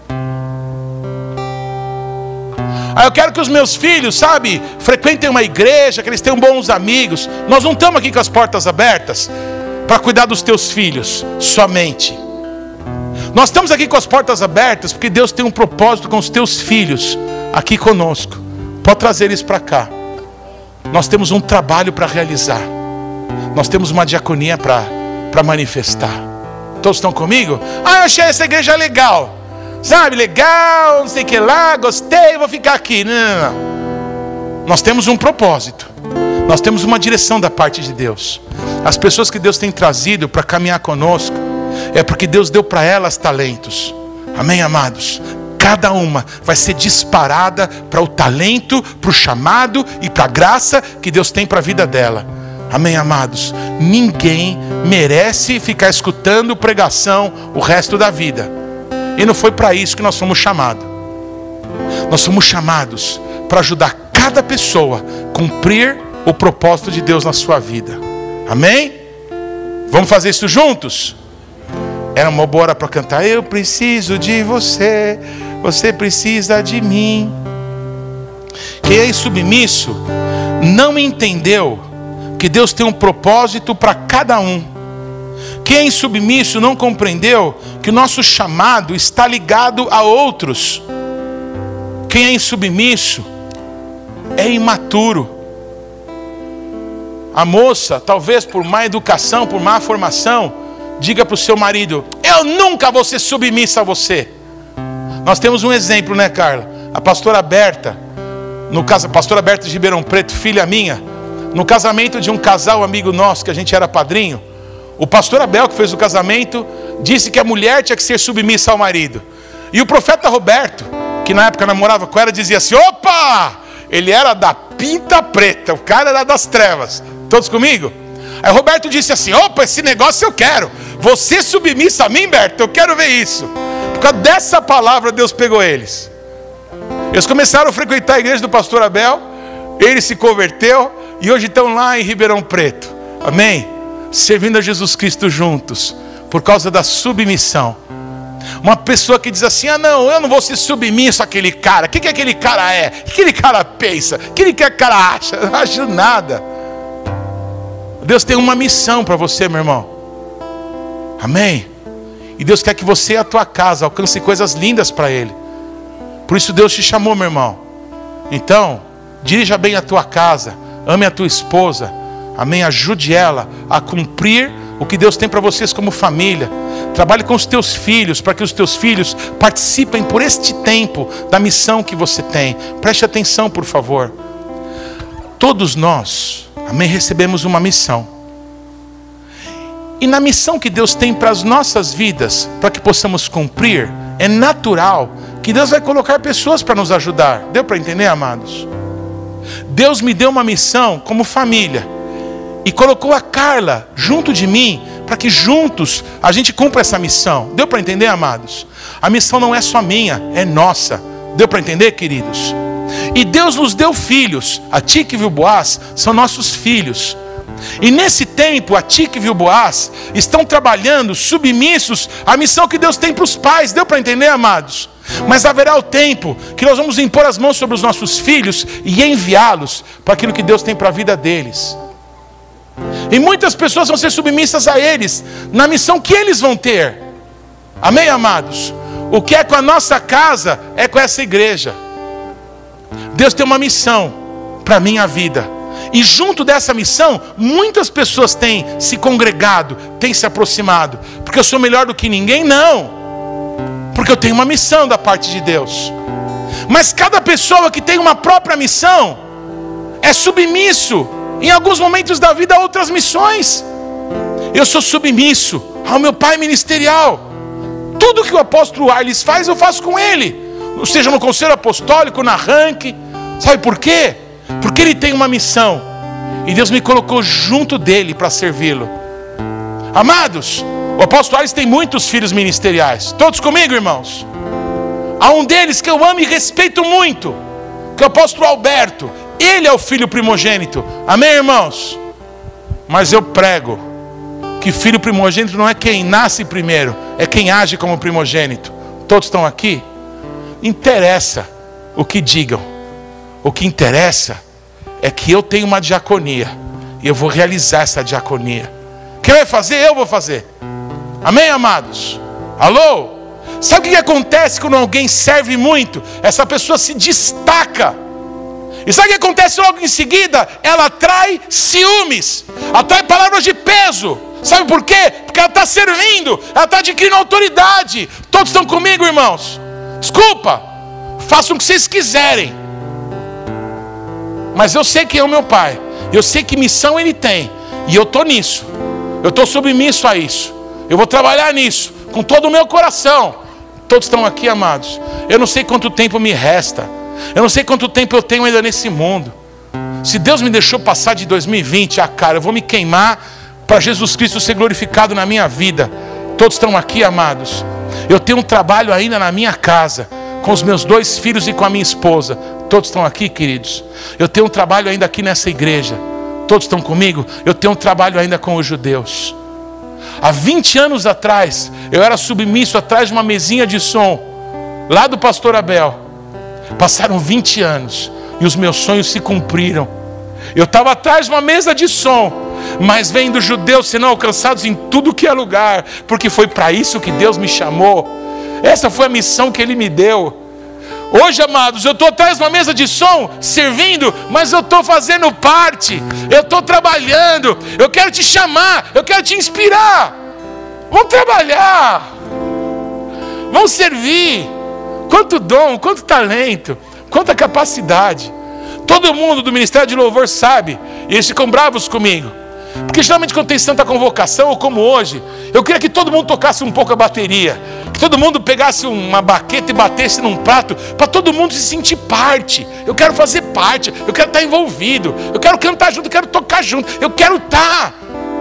Eu quero que os meus filhos, sabe, frequentem uma igreja, que eles tenham bons amigos. Nós não estamos aqui com as portas abertas para cuidar dos teus filhos, somente. Nós estamos aqui com as portas abertas porque Deus tem um propósito com os teus filhos aqui conosco. Pode trazer eles para cá. Nós temos um trabalho para realizar. Nós temos uma diaconia para manifestar. Todos estão comigo? Eu achei essa igreja legal. Sabe, legal, não sei o que lá, gostei, vou ficar aqui. Não. Nós temos um propósito. Nós temos uma direção da parte de Deus. As pessoas que Deus tem trazido para caminhar conosco, é porque Deus deu para elas talentos. Amém, amados? Cada uma vai ser disparada para o talento, para o chamado e para a graça que Deus tem para a vida dela. Amém, amados? Ninguém merece ficar escutando pregação o resto da vida. E não foi para isso que nós fomos chamados. Nós somos chamados para ajudar cada pessoa a cumprir o propósito de Deus na sua vida. Amém? Vamos fazer isso juntos? Era uma boa hora para cantar. Eu preciso de você, você precisa de mim. Quem é insubmisso não entendeu que Deus tem um propósito para cada um. Quem é insubmisso não compreendeu que o nosso chamado está ligado a outros. Quem é insubmisso é imaturo. A moça, talvez por má educação, por má formação, diga para o seu marido: eu nunca vou ser submissa a você. Nós temos um exemplo, né, Carla? A pastora Berta, no caso, a pastora Berta de Ribeirão Preto, filha minha, no casamento de um casal amigo nosso, que a gente era padrinho, o pastor Abel, que fez o casamento, disse que a mulher tinha que ser submissa ao marido. E o profeta Roberto, que na época namorava com ela, dizia assim: opa! Ele era da pinta preta, o cara era das trevas. Todos comigo? Aí Roberto disse assim: opa, esse negócio eu quero. Você submissa a mim, Berto? Eu quero ver isso. Por causa dessa palavra, Deus pegou eles. Eles começaram a frequentar a igreja do pastor Abel. Ele se converteu e hoje estão lá em Ribeirão Preto. Amém? Servindo a Jesus Cristo juntos, por causa da submissão. Uma pessoa que diz assim: não, eu não vou ser submisso àquele cara. O que aquele cara é? O que aquele cara pensa? O que aquele cara acha? Eu não acho nada. Deus tem uma missão para você, meu irmão. Amém? E Deus quer que você e a tua casa alcance coisas lindas para Ele. Por isso Deus te chamou, meu irmão. Então, dirija bem a tua casa, ame a tua esposa. Amém? Ajude ela a cumprir o que Deus tem para vocês como família. Trabalhe com os teus filhos, para que os teus filhos participem por este tempo da missão que você tem. Preste atenção, por favor. Todos nós, amém, recebemos uma missão. E na missão que Deus tem para as nossas vidas, para que possamos cumprir, é natural que Deus vai colocar pessoas para nos ajudar. Deu para entender, amados? Deus me deu uma missão como família. E colocou a Carla junto de mim, para que juntos a gente cumpra essa missão. Deu para entender, amados? A missão não é só minha, é nossa. Deu para entender, queridos? E Deus nos deu filhos. A Tique e o Boaz são nossos filhos. E nesse tempo, a Tique e o Boaz estão trabalhando submissos à missão que Deus tem para os pais. Deu para entender, amados? Mas haverá o tempo que nós vamos impor as mãos sobre os nossos filhos e enviá-los para aquilo que Deus tem para a vida deles. E muitas pessoas vão ser submissas a eles, na missão que eles vão ter. Amém, amados? O que é com a nossa casa, é com essa igreja. Deus tem uma missão para a minha vida. E junto dessa missão, muitas pessoas têm se congregado, têm se aproximado. Porque eu sou melhor do que ninguém? Não. Porque eu tenho uma missão da parte de Deus. Mas cada pessoa que tem uma própria missão, é submisso em alguns momentos da vida a outras missões. Eu sou submisso ao meu pai ministerial. Tudo que o apóstolo Arles faz, eu faço com ele. Seja no conselho apostólico, na ranking. Sabe por quê? Porque ele tem uma missão. E Deus me colocou junto dele para servi-lo. Amados, o apóstolo Arles tem muitos filhos ministeriais. Todos comigo, irmãos? Há um deles que eu amo e respeito muito, que é o apóstolo Alberto. Ele é o filho primogênito. Amém, irmãos? Mas eu prego que filho primogênito não é quem nasce primeiro, é quem age como primogênito. Todos estão aqui? Interessa o que digam. O que interessa é que eu tenho uma diaconia e eu vou realizar essa diaconia. Quem vai fazer? Eu vou fazer. Amém, amados? Alô? Sabe o que acontece quando alguém serve muito? Essa pessoa se destaca. E sabe o que acontece logo em seguida? Ela atrai ciúmes, atrai palavras de peso. Sabe por quê? Porque ela está servindo, ela está adquirindo autoridade. Todos estão comigo, irmãos? Desculpa, façam o que vocês quiserem, mas eu sei quem é o meu pai, eu sei que missão ele tem, e eu estou nisso, eu estou submisso a isso, eu vou trabalhar nisso, com todo o meu coração. Todos estão aqui, amados. Eu não sei quanto tempo me resta, eu não sei quanto tempo eu tenho ainda nesse mundo. Se Deus me deixou passar de 2020, cara, eu vou me queimar para Jesus Cristo ser glorificado na minha vida. Todos estão aqui, amados. Eu tenho um trabalho ainda na minha casa, com os meus 2 filhos e com a minha esposa. Todos estão aqui, queridos. Eu tenho um trabalho ainda aqui nessa igreja. Todos estão comigo? Eu tenho um trabalho ainda com os judeus. Há 20 anos atrás, eu era submisso atrás de uma mesinha de som, lá do pastor Abel. Passaram 20 anos e os meus sonhos se cumpriram. Eu estava atrás de uma mesa de som, mas vendo judeus sendo alcançados em tudo que é lugar, porque foi para isso que Deus me chamou. Essa foi a missão que Ele me deu. Hoje, amados, eu estou atrás de uma mesa de som, servindo, mas eu estou fazendo parte, eu estou trabalhando. Eu quero te chamar, eu quero te inspirar. Vamos trabalhar, vamos servir. Quanto dom, quanto talento, quanta capacidade. Todo mundo do Ministério de Louvor sabe, e eles ficam bravos comigo, porque geralmente quando tem santa convocação, ou como hoje, eu queria que todo mundo tocasse um pouco a bateria, que todo mundo pegasse uma baqueta e batesse num prato, para todo mundo se sentir parte. Eu quero fazer parte, eu quero estar envolvido, eu quero cantar junto, eu quero tocar junto, eu quero estar.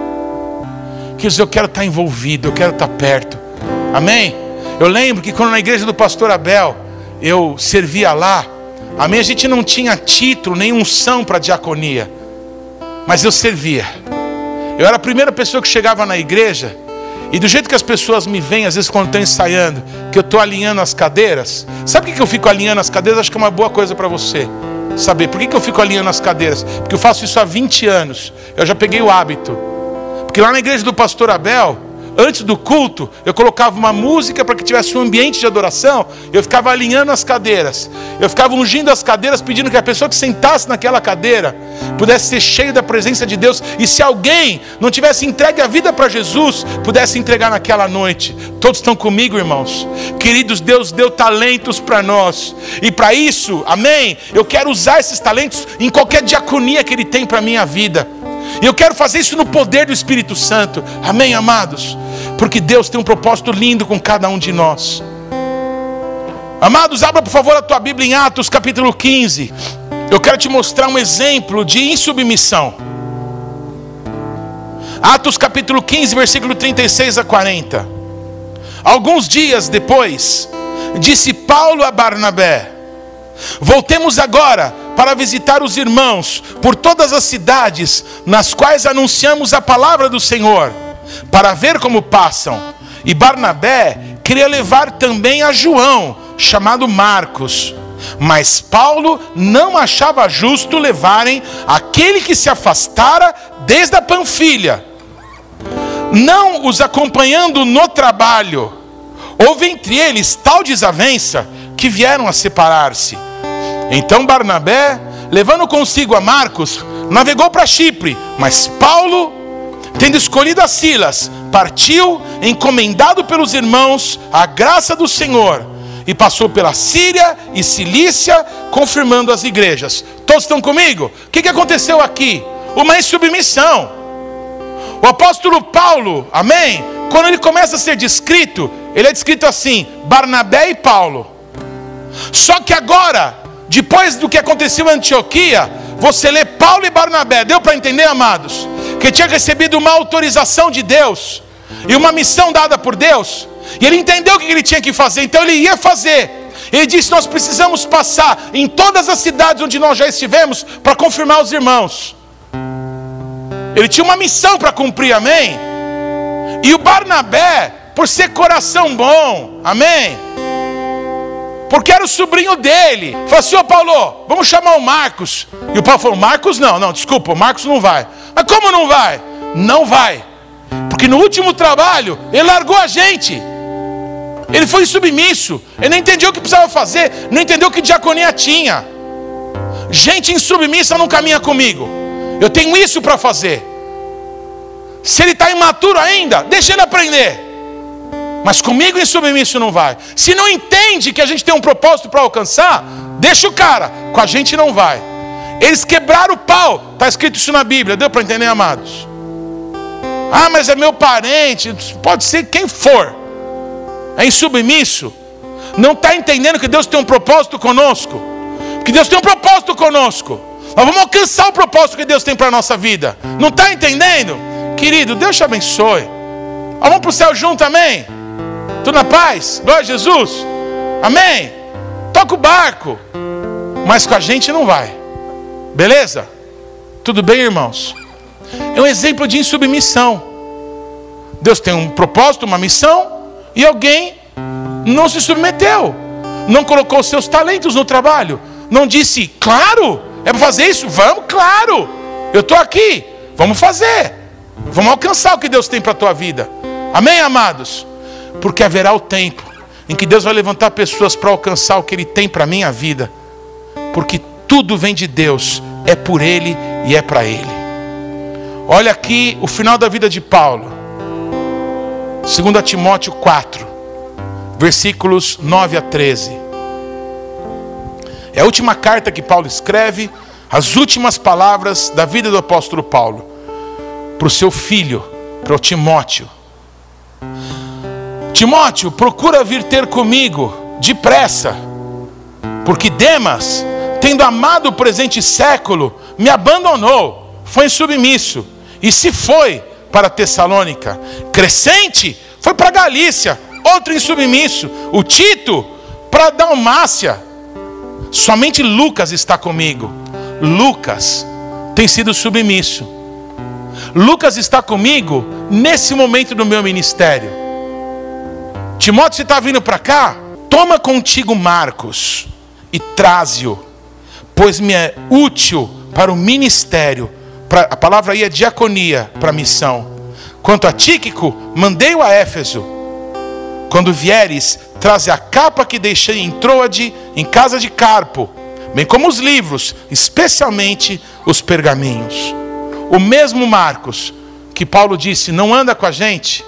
Eu quero estar envolvido, eu quero estar perto. Amém? Eu lembro que quando na igreja do pastor Abel, eu servia lá, amém? A gente não tinha título, nem unção para diaconia, mas eu servia. Eu era a primeira pessoa que chegava na igreja, e do jeito que as pessoas me veem, às vezes quando estão ensaiando, que eu estou alinhando as cadeiras. Sabe por que eu fico alinhando as cadeiras? Acho que é uma boa coisa para você saber. Por que eu fico alinhando as cadeiras? Porque eu faço isso há 20 anos, eu já peguei o hábito. Porque lá na igreja do pastor Abel, antes do culto, eu colocava uma música para que tivesse um ambiente de adoração. Eu ficava alinhando as cadeiras, eu ficava ungindo as cadeiras, pedindo que a pessoa que sentasse naquela cadeira pudesse ser cheia da presença de Deus. E se alguém não tivesse entregue a vida para Jesus, pudesse entregar naquela noite. Todos estão comigo, irmãos? Queridos, Deus deu talentos para nós, e para isso, amém, eu quero usar esses talentos em qualquer diaconia que Ele tem para a minha vida. E eu quero fazer isso no poder do Espírito Santo. Amém, amados? Porque Deus tem um propósito lindo com cada um de nós. Amados, abra por favor a tua Bíblia em Atos capítulo 15. Eu quero te mostrar um exemplo de insubmissão. Atos capítulo 15, versículo 36 a 40. Alguns dias depois, disse Paulo a Barnabé: voltemos agora para visitar os irmãos por todas as cidades nas quais anunciamos a palavra do Senhor, para ver como passam. E Barnabé queria levar também a João, chamado Marcos. Mas Paulo não achava justo levarem aquele que se afastara desde a Panfilha, não os acompanhando no trabalho. Houve entre eles tal desavença que vieram a separar-se. Então Barnabé, levando consigo a Marcos, navegou para Chipre. Mas Paulo, tendo escolhido a Silas, partiu, encomendado pelos irmãos à graça do Senhor, e passou pela Síria e Cilícia, confirmando as igrejas. Todos estão comigo? O que aconteceu aqui? Uma insubmissão. O apóstolo Paulo, amém? Quando ele começa a ser descrito, ele é descrito assim: Barnabé e Paulo. Só que agora, depois do que aconteceu em Antioquia, você lê Paulo e Barnabé. Deu para entender, amados? Que tinha recebido uma autorização de Deus e uma missão dada por Deus, e ele entendeu o que ele tinha que fazer, então ele ia fazer. Ele disse: nós precisamos passar em todas as cidades onde nós já estivemos para confirmar os irmãos. Ele tinha uma missão para cumprir, amém? E o Barnabé, por ser coração bom, amém, porque era o sobrinho dele, falou assim: ô Paulo, vamos chamar o Marcos. E o Paulo falou: Marcos não, desculpa, o Marcos não vai. Mas como não vai? Não vai. Porque no último trabalho, ele largou a gente. Ele foi insubmisso. Ele não entendeu o que precisava fazer. Não entendeu o que diaconia tinha. Gente insubmissa não caminha comigo. Eu tenho isso para fazer. Se ele está imaturo ainda, deixa ele aprender. Mas comigo insubmisso não vai. Se não entende que a gente tem um propósito para alcançar, deixa o cara. Com a gente não vai. Eles quebraram o pau. Está escrito isso na Bíblia. Deu para entender, amados? Ah, mas é meu parente. Pode ser quem for. É insubmisso. Não está entendendo que Deus tem um propósito conosco. Que Deus tem um propósito conosco. Nós vamos alcançar o propósito que Deus tem para a nossa vida. Não está entendendo? Querido, Deus te abençoe. Vamos para o céu junto, amém? Tudo na paz? Glória a Jesus. Amém? Toca o barco. Mas com a gente não vai. Beleza? Tudo bem, irmãos? É um exemplo de insubmissão. Deus tem um propósito, uma missão, e alguém não se submeteu. Não colocou seus talentos no trabalho. Não disse, claro, é para fazer isso? Vamos, claro. Eu estou aqui, vamos fazer. Vamos alcançar o que Deus tem para a tua vida. Amém, amados? Porque haverá o tempo em que Deus vai levantar pessoas para alcançar o que Ele tem para a minha vida. Porque tudo vem de Deus, é por Ele e é para Ele. Olha aqui o final da vida de Paulo. 2 Timóteo 4, versículos 9 a 13. É a última carta que Paulo escreve, as últimas palavras da vida do apóstolo Paulo, para o seu filho, para o Timóteo. Timóteo, procura vir ter comigo depressa, porque Demas, tendo amado o presente século, me abandonou, foi insubmisso, e se foi para Tessalônica. Crescente foi para Galícia, outro insubmisso. O Tito para Dalmácia. Somente Lucas está comigo. Lucas tem sido submisso. Lucas está comigo nesse momento do meu ministério. Timóteo, você está vindo para cá? Toma contigo Marcos e traze-o, pois me é útil para o ministério. A palavra aí é diaconia, para a missão. Quanto a Tíquico, mandei-o a Éfeso. Quando vieres, traze a capa que deixei em Troade, em casa de Carpo, bem como os livros, especialmente os pergaminhos. O mesmo Marcos, que Paulo disse, não anda com a gente.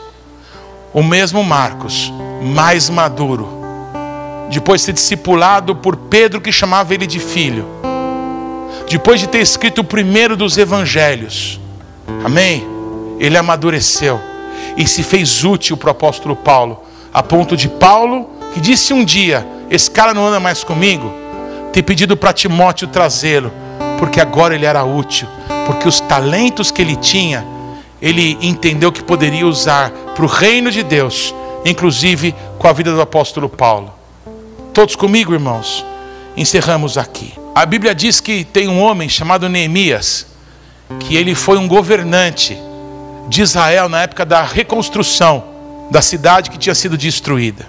O mesmo Marcos, mais maduro, depois de ser discipulado por Pedro, que chamava ele de filho. Depois de ter escrito o primeiro dos evangelhos, amém? Ele amadureceu e se fez útil para o apóstolo Paulo, a ponto de Paulo, que disse um dia, esse cara não anda mais comigo, ter pedido para Timóteo trazê-lo, porque agora ele era útil, porque os talentos que ele tinha, ele entendeu que poderia usar para o reino de Deus, inclusive com a vida do apóstolo Paulo. Todos comigo, irmãos? Encerramos aqui. A Bíblia diz que tem um homem chamado Neemias, que ele foi um governante de Israel na época da reconstrução da cidade que tinha sido destruída.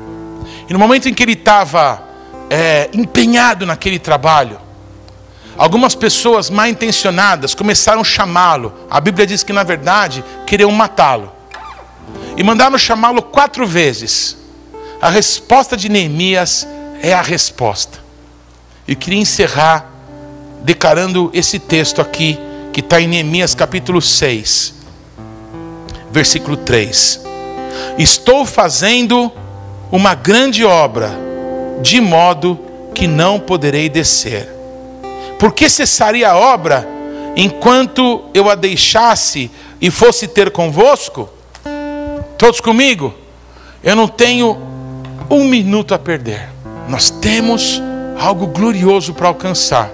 E no momento em que ele estava empenhado naquele trabalho, algumas pessoas mal intencionadas começaram a chamá-lo. A Bíblia diz que na verdade queriam matá-lo. E mandaram chamá-lo 4 vezes. A resposta de Neemias é a resposta. E queria encerrar declarando esse texto aqui, que está em Neemias capítulo 6, versículo 3. Estou fazendo uma grande obra, de modo que não poderei descer. Por que cessaria a obra, enquanto eu a deixasse e fosse ter convosco? Todos comigo? Eu não tenho 1 minuto a perder. Nós temos algo glorioso para alcançar,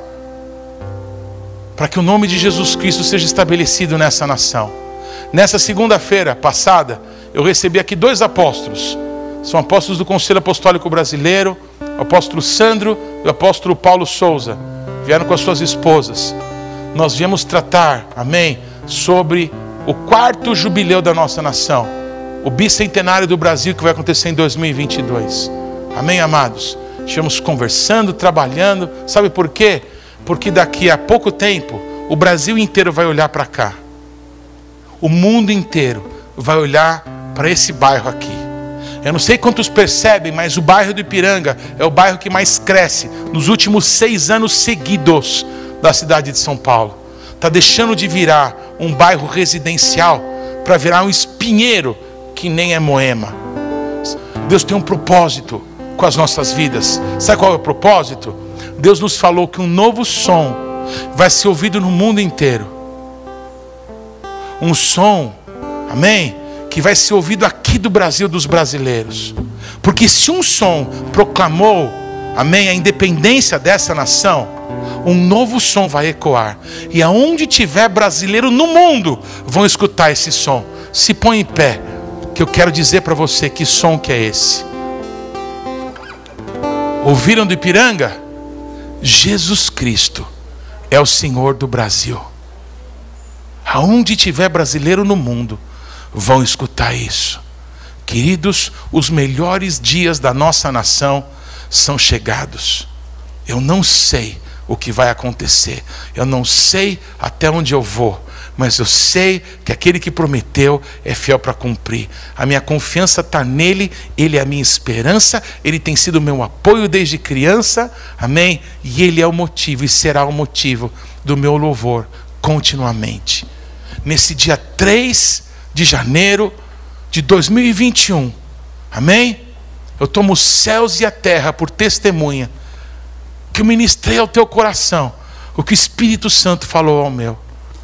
para que o nome de Jesus Cristo seja estabelecido nessa nação. Nessa segunda-feira passada, eu recebi aqui 2 apóstolos. São apóstolos do Conselho Apostólico Brasileiro, o apóstolo Sandro e o apóstolo Paulo Souza. Vieram com as suas esposas. Nós viemos tratar, amém, sobre o 4º jubileu da nossa nação, o bicentenário do Brasil, que vai acontecer em 2022. Amém, amados? Estivemos conversando, trabalhando. Sabe por quê? Porque daqui a pouco tempo o Brasil inteiro vai olhar para cá. O mundo inteiro vai olhar para esse bairro aqui. Eu não sei quantos percebem, mas o bairro do Ipiranga é o bairro que mais cresce nos últimos 6 anos seguidos da cidade de São Paulo. Está deixando de virar um bairro residencial para virar um espinheiro que nem é Moema. Deus tem um propósito com as nossas vidas. Sabe qual é o propósito? Deus nos falou que um novo som vai ser ouvido no mundo inteiro. Um som, amém? Que vai ser ouvido aqui do Brasil, dos brasileiros. Porque se um som proclamou, amém, a independência dessa nação, um novo som vai ecoar. E aonde tiver brasileiro no mundo, vão escutar esse som. Se põe em pé, que eu quero dizer para você que som que é esse. Ouviram do Ipiranga? Jesus Cristo é o Senhor do Brasil. Aonde tiver brasileiro no mundo, vão escutar isso. Queridos, os melhores dias da nossa nação são chegados. Eu não sei o que vai acontecer, eu não sei até onde eu vou, mas eu sei que aquele que prometeu é fiel para cumprir. A minha confiança está nele, ele é a minha esperança, ele tem sido o meu apoio desde criança, amém? E ele é o motivo e será o motivo do meu louvor continuamente. Nesse dia 3 de janeiro de 2021, amém? Eu tomo os céus e a terra por testemunha que eu ministrei ao teu coração o que o Espírito Santo falou ao meu.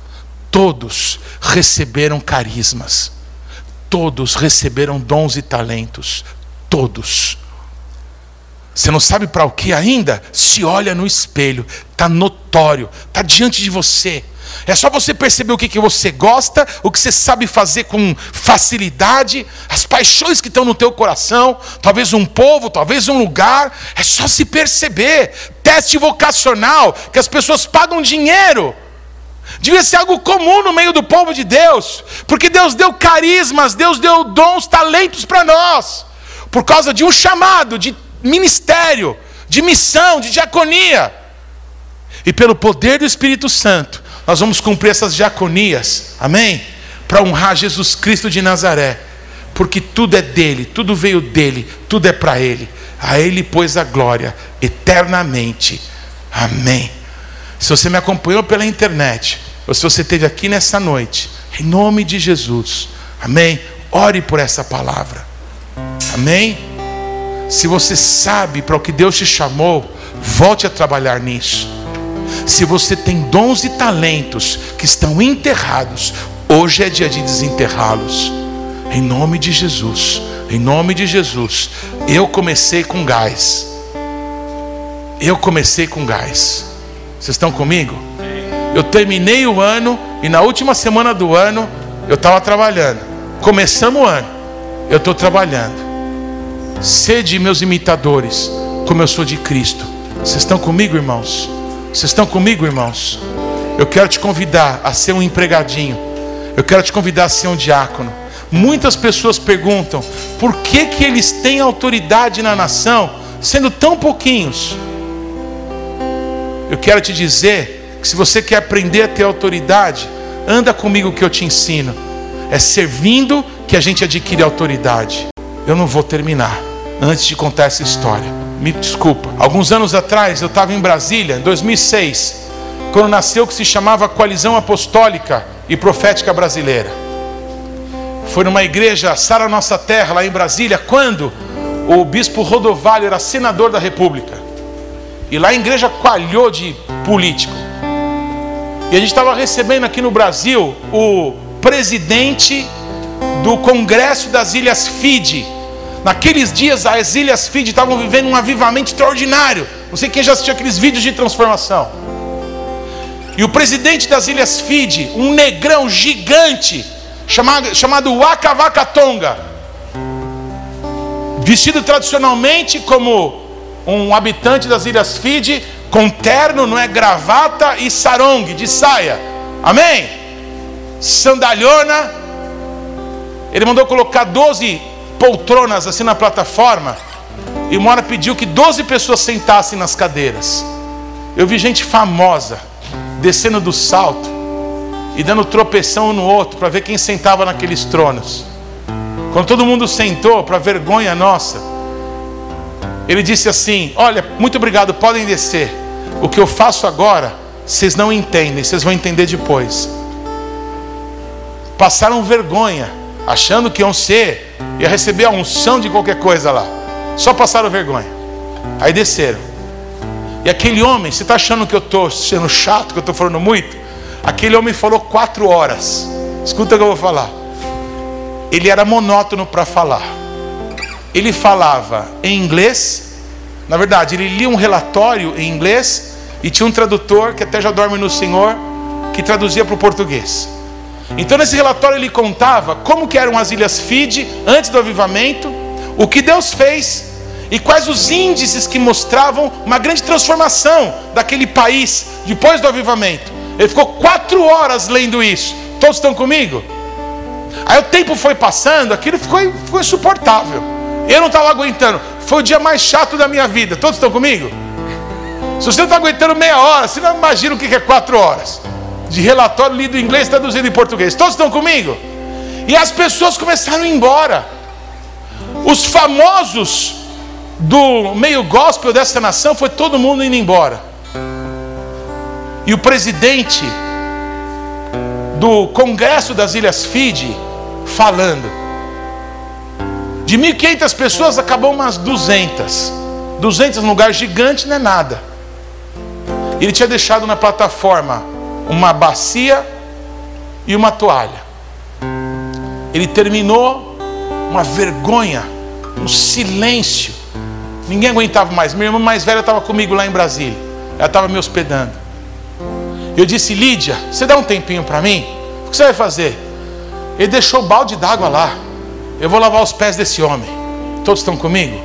Todos receberam carismas, todos receberam dons e talentos, todos. Você não sabe para o que ainda? Se olha no espelho, está notório, está diante de você. É só você perceber o que você gosta, o que você sabe fazer com facilidade, as paixões que estão no teu coração, talvez um povo, talvez um lugar. É só se perceber. Teste vocacional, que as pessoas pagam dinheiro. Devia ser algo comum no meio do povo de Deus, porque Deus deu carismas, Deus deu dons, talentos para nós, por causa de um chamado, de ministério, de missão, de diaconia. E pelo poder do Espírito Santo, nós vamos cumprir essas diaconias, amém? Para honrar Jesus Cristo de Nazaré, porque tudo é dele, tudo veio dele, tudo é para ele. A ele pois a glória eternamente, amém. Se você me acompanhou pela internet, ou se você esteve aqui nessa noite, em nome de Jesus, amém? Ore por essa palavra, amém? Se você sabe para o que Deus te chamou, volte a trabalhar nisso. Se você tem dons e talentos que estão enterrados, hoje é dia de desenterrá-los. Em nome de Jesus, em nome de Jesus. Eu comecei com gás. Vocês estão comigo? Eu terminei o ano e na última semana do ano eu estava trabalhando. Começamos o ano, eu estou trabalhando. Sede meus imitadores, como eu sou de Cristo. Vocês estão comigo, irmãos? Vocês estão comigo, irmãos? Eu quero te convidar a ser um empregadinho. Eu quero te convidar a ser um diácono. Muitas pessoas perguntam por que eles têm autoridade na nação, sendo tão pouquinhos. Eu quero te dizer que se você quer aprender a ter autoridade, anda comigo que eu te ensino. É servindo que a gente adquire autoridade. Eu não vou terminar antes de contar essa história. Me desculpa. Alguns anos atrás eu estava em Brasília, em 2006, quando nasceu o que se chamava Coalizão Apostólica e Profética Brasileira. Foi numa igreja, Sara Nossa Terra, lá em Brasília, quando o bispo Rodovalho era senador da República. E lá a igreja coalhou de político. E a gente estava recebendo aqui no Brasil o presidente do Congresso das Ilhas Fiji. Naqueles dias as Ilhas Fiji estavam vivendo um avivamento extraordinário. Não sei quem já assistiu aqueles vídeos de transformação. E o presidente das Ilhas Fiji, um negrão gigante, chamado Waka Waka Tonga, vestido tradicionalmente como um habitante das Ilhas Fiji, com terno, não é, gravata e sarong, de saia, amém? Sandalhona. Ele mandou colocar 12 poltronas assim na plataforma, e uma hora pediu que 12 pessoas sentassem nas cadeiras. Eu vi gente famosa descendo do salto, e dando tropeção um no outro para ver quem sentava naqueles tronos. Quando todo mundo sentou, para vergonha nossa, ele disse assim: olha, muito obrigado, podem descer. O que eu faço agora, vocês não entendem, vocês vão entender depois. Passaram vergonha, achando que ia receber a unção de qualquer coisa lá. Só passaram vergonha. Aí desceram. E aquele homem, você está achando que eu estou sendo chato, que eu estou falando muito? Aquele homem falou 4 horas. Escuta o que eu vou falar. Ele era monótono para falar. Ele falava em inglês. Na verdade, ele lia um relatório em inglês e tinha um tradutor que até já dorme no Senhor, que traduzia para o português. Então nesse relatório ele contava como que eram as Ilhas Fiji antes do avivamento, o que Deus fez e quais os índices que mostravam uma grande transformação daquele país depois do avivamento. Ele ficou 4 horas lendo isso. Todos estão comigo? Aí o tempo foi passando, aquilo ficou insuportável. Eu não estava aguentando. Foi o dia mais chato da minha vida. Todos estão comigo? Se você não está aguentando meia hora, você não imagina o que é 4 horas de relatório lido em inglês, traduzido em português. Todos estão comigo? E as pessoas começaram a ir embora. Os famosos do meio gospel dessa nação, foi todo mundo indo embora. E o presidente do Congresso das Ilhas Fiji falando. De 1.500 pessoas acabou umas 200. 200 num lugar gigante não é nada. Ele tinha deixado na plataforma uma bacia e uma toalha. Ele terminou, uma vergonha, um silêncio. Ninguém aguentava mais. Minha irmã mais velha estava comigo lá em Brasília. Ela estava me hospedando. Eu disse: Lídia, você dá um tempinho para mim? O que você vai fazer? Ele deixou o balde d'água lá. Eu vou lavar os pés desse homem. Todos estão comigo?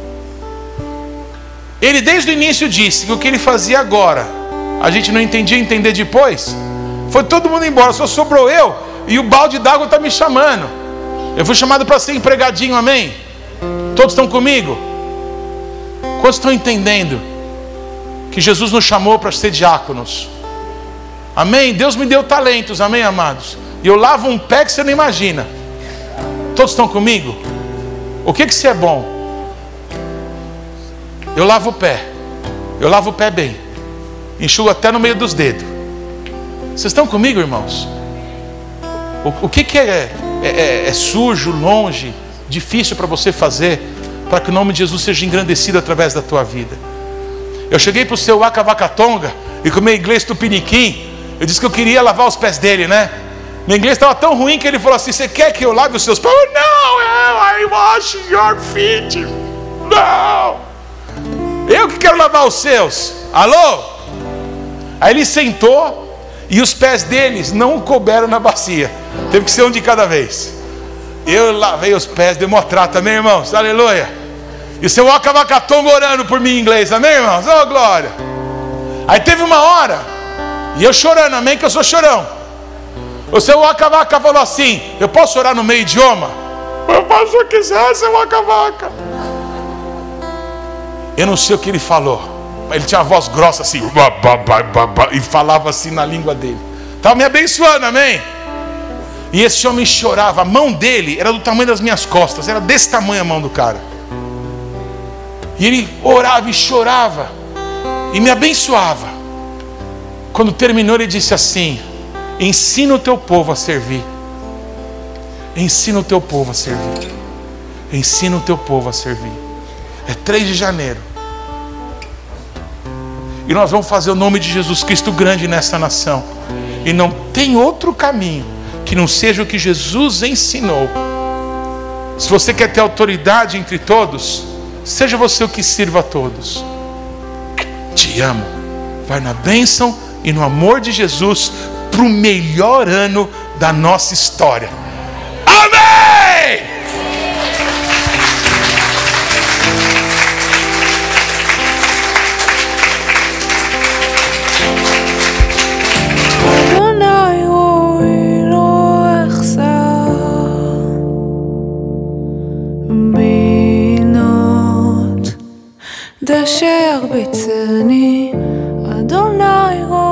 Ele desde o início disse que o que ele fazia agora a gente não entendia, entender depois. Foi todo mundo embora, só sobrou eu e o balde d'água está me chamando. Eu fui chamado para ser empregadinho, amém? Todos estão comigo? Quantos estão entendendo que Jesus nos chamou para ser diáconos? Amém? Deus me deu talentos, amém, amados? E eu lavo um pé que você não imagina. Todos estão comigo? O que você é bom? Eu lavo o pé. Eu lavo o pé bem. Enxugo até no meio dos dedos. Vocês estão comigo, irmãos? O que é sujo, longe, difícil para você fazer, para que o nome de Jesus seja engrandecido através da tua vida? Eu cheguei para o seu Akavakatonga e com meu inglês tupiniquim, eu disse que eu queria lavar os pés dele, né? Meu inglês estava tão ruim que ele falou assim: você quer que eu lave os seus pés? Não, I wash your feet. Não, eu que quero lavar os seus. Alô? Aí ele sentou e os pés deles não couberam na bacia. Teve que ser um de cada vez. Eu lavei os pés, dei uma trata, amém, irmãos? Aleluia. E o seu Akavakatonga orando por mim em inglês, amém, irmãos? Oh, glória. Aí teve uma hora, e eu chorando, amém, que eu sou chorão. O seu Akavaka falou assim: eu posso orar no meio idioma? Eu faço o que quiser, seu Akavaka. Eu não sei o que ele falou. Ele tinha a voz grossa assim, e falava assim na língua dele. Estava me abençoando, amém? E esse homem chorava. A mão dele era do tamanho das minhas costas. Era desse tamanho a mão do cara. E ele orava e chorava e me abençoava. Quando terminou, ele disse assim: ensina o teu povo a servir. Ensina o teu povo a servir. Ensina o teu povo a servir. É 3 de janeiro. E nós vamos fazer o nome de Jesus Cristo grande nessa nação. E não tem outro caminho que não seja o que Jesus ensinou. Se você quer ter autoridade entre todos, seja você o que sirva a todos. Te amo. Vai na bênção e no amor de Jesus para o melhor ano da nossa história. Amém! דשא ירביצני, אדוני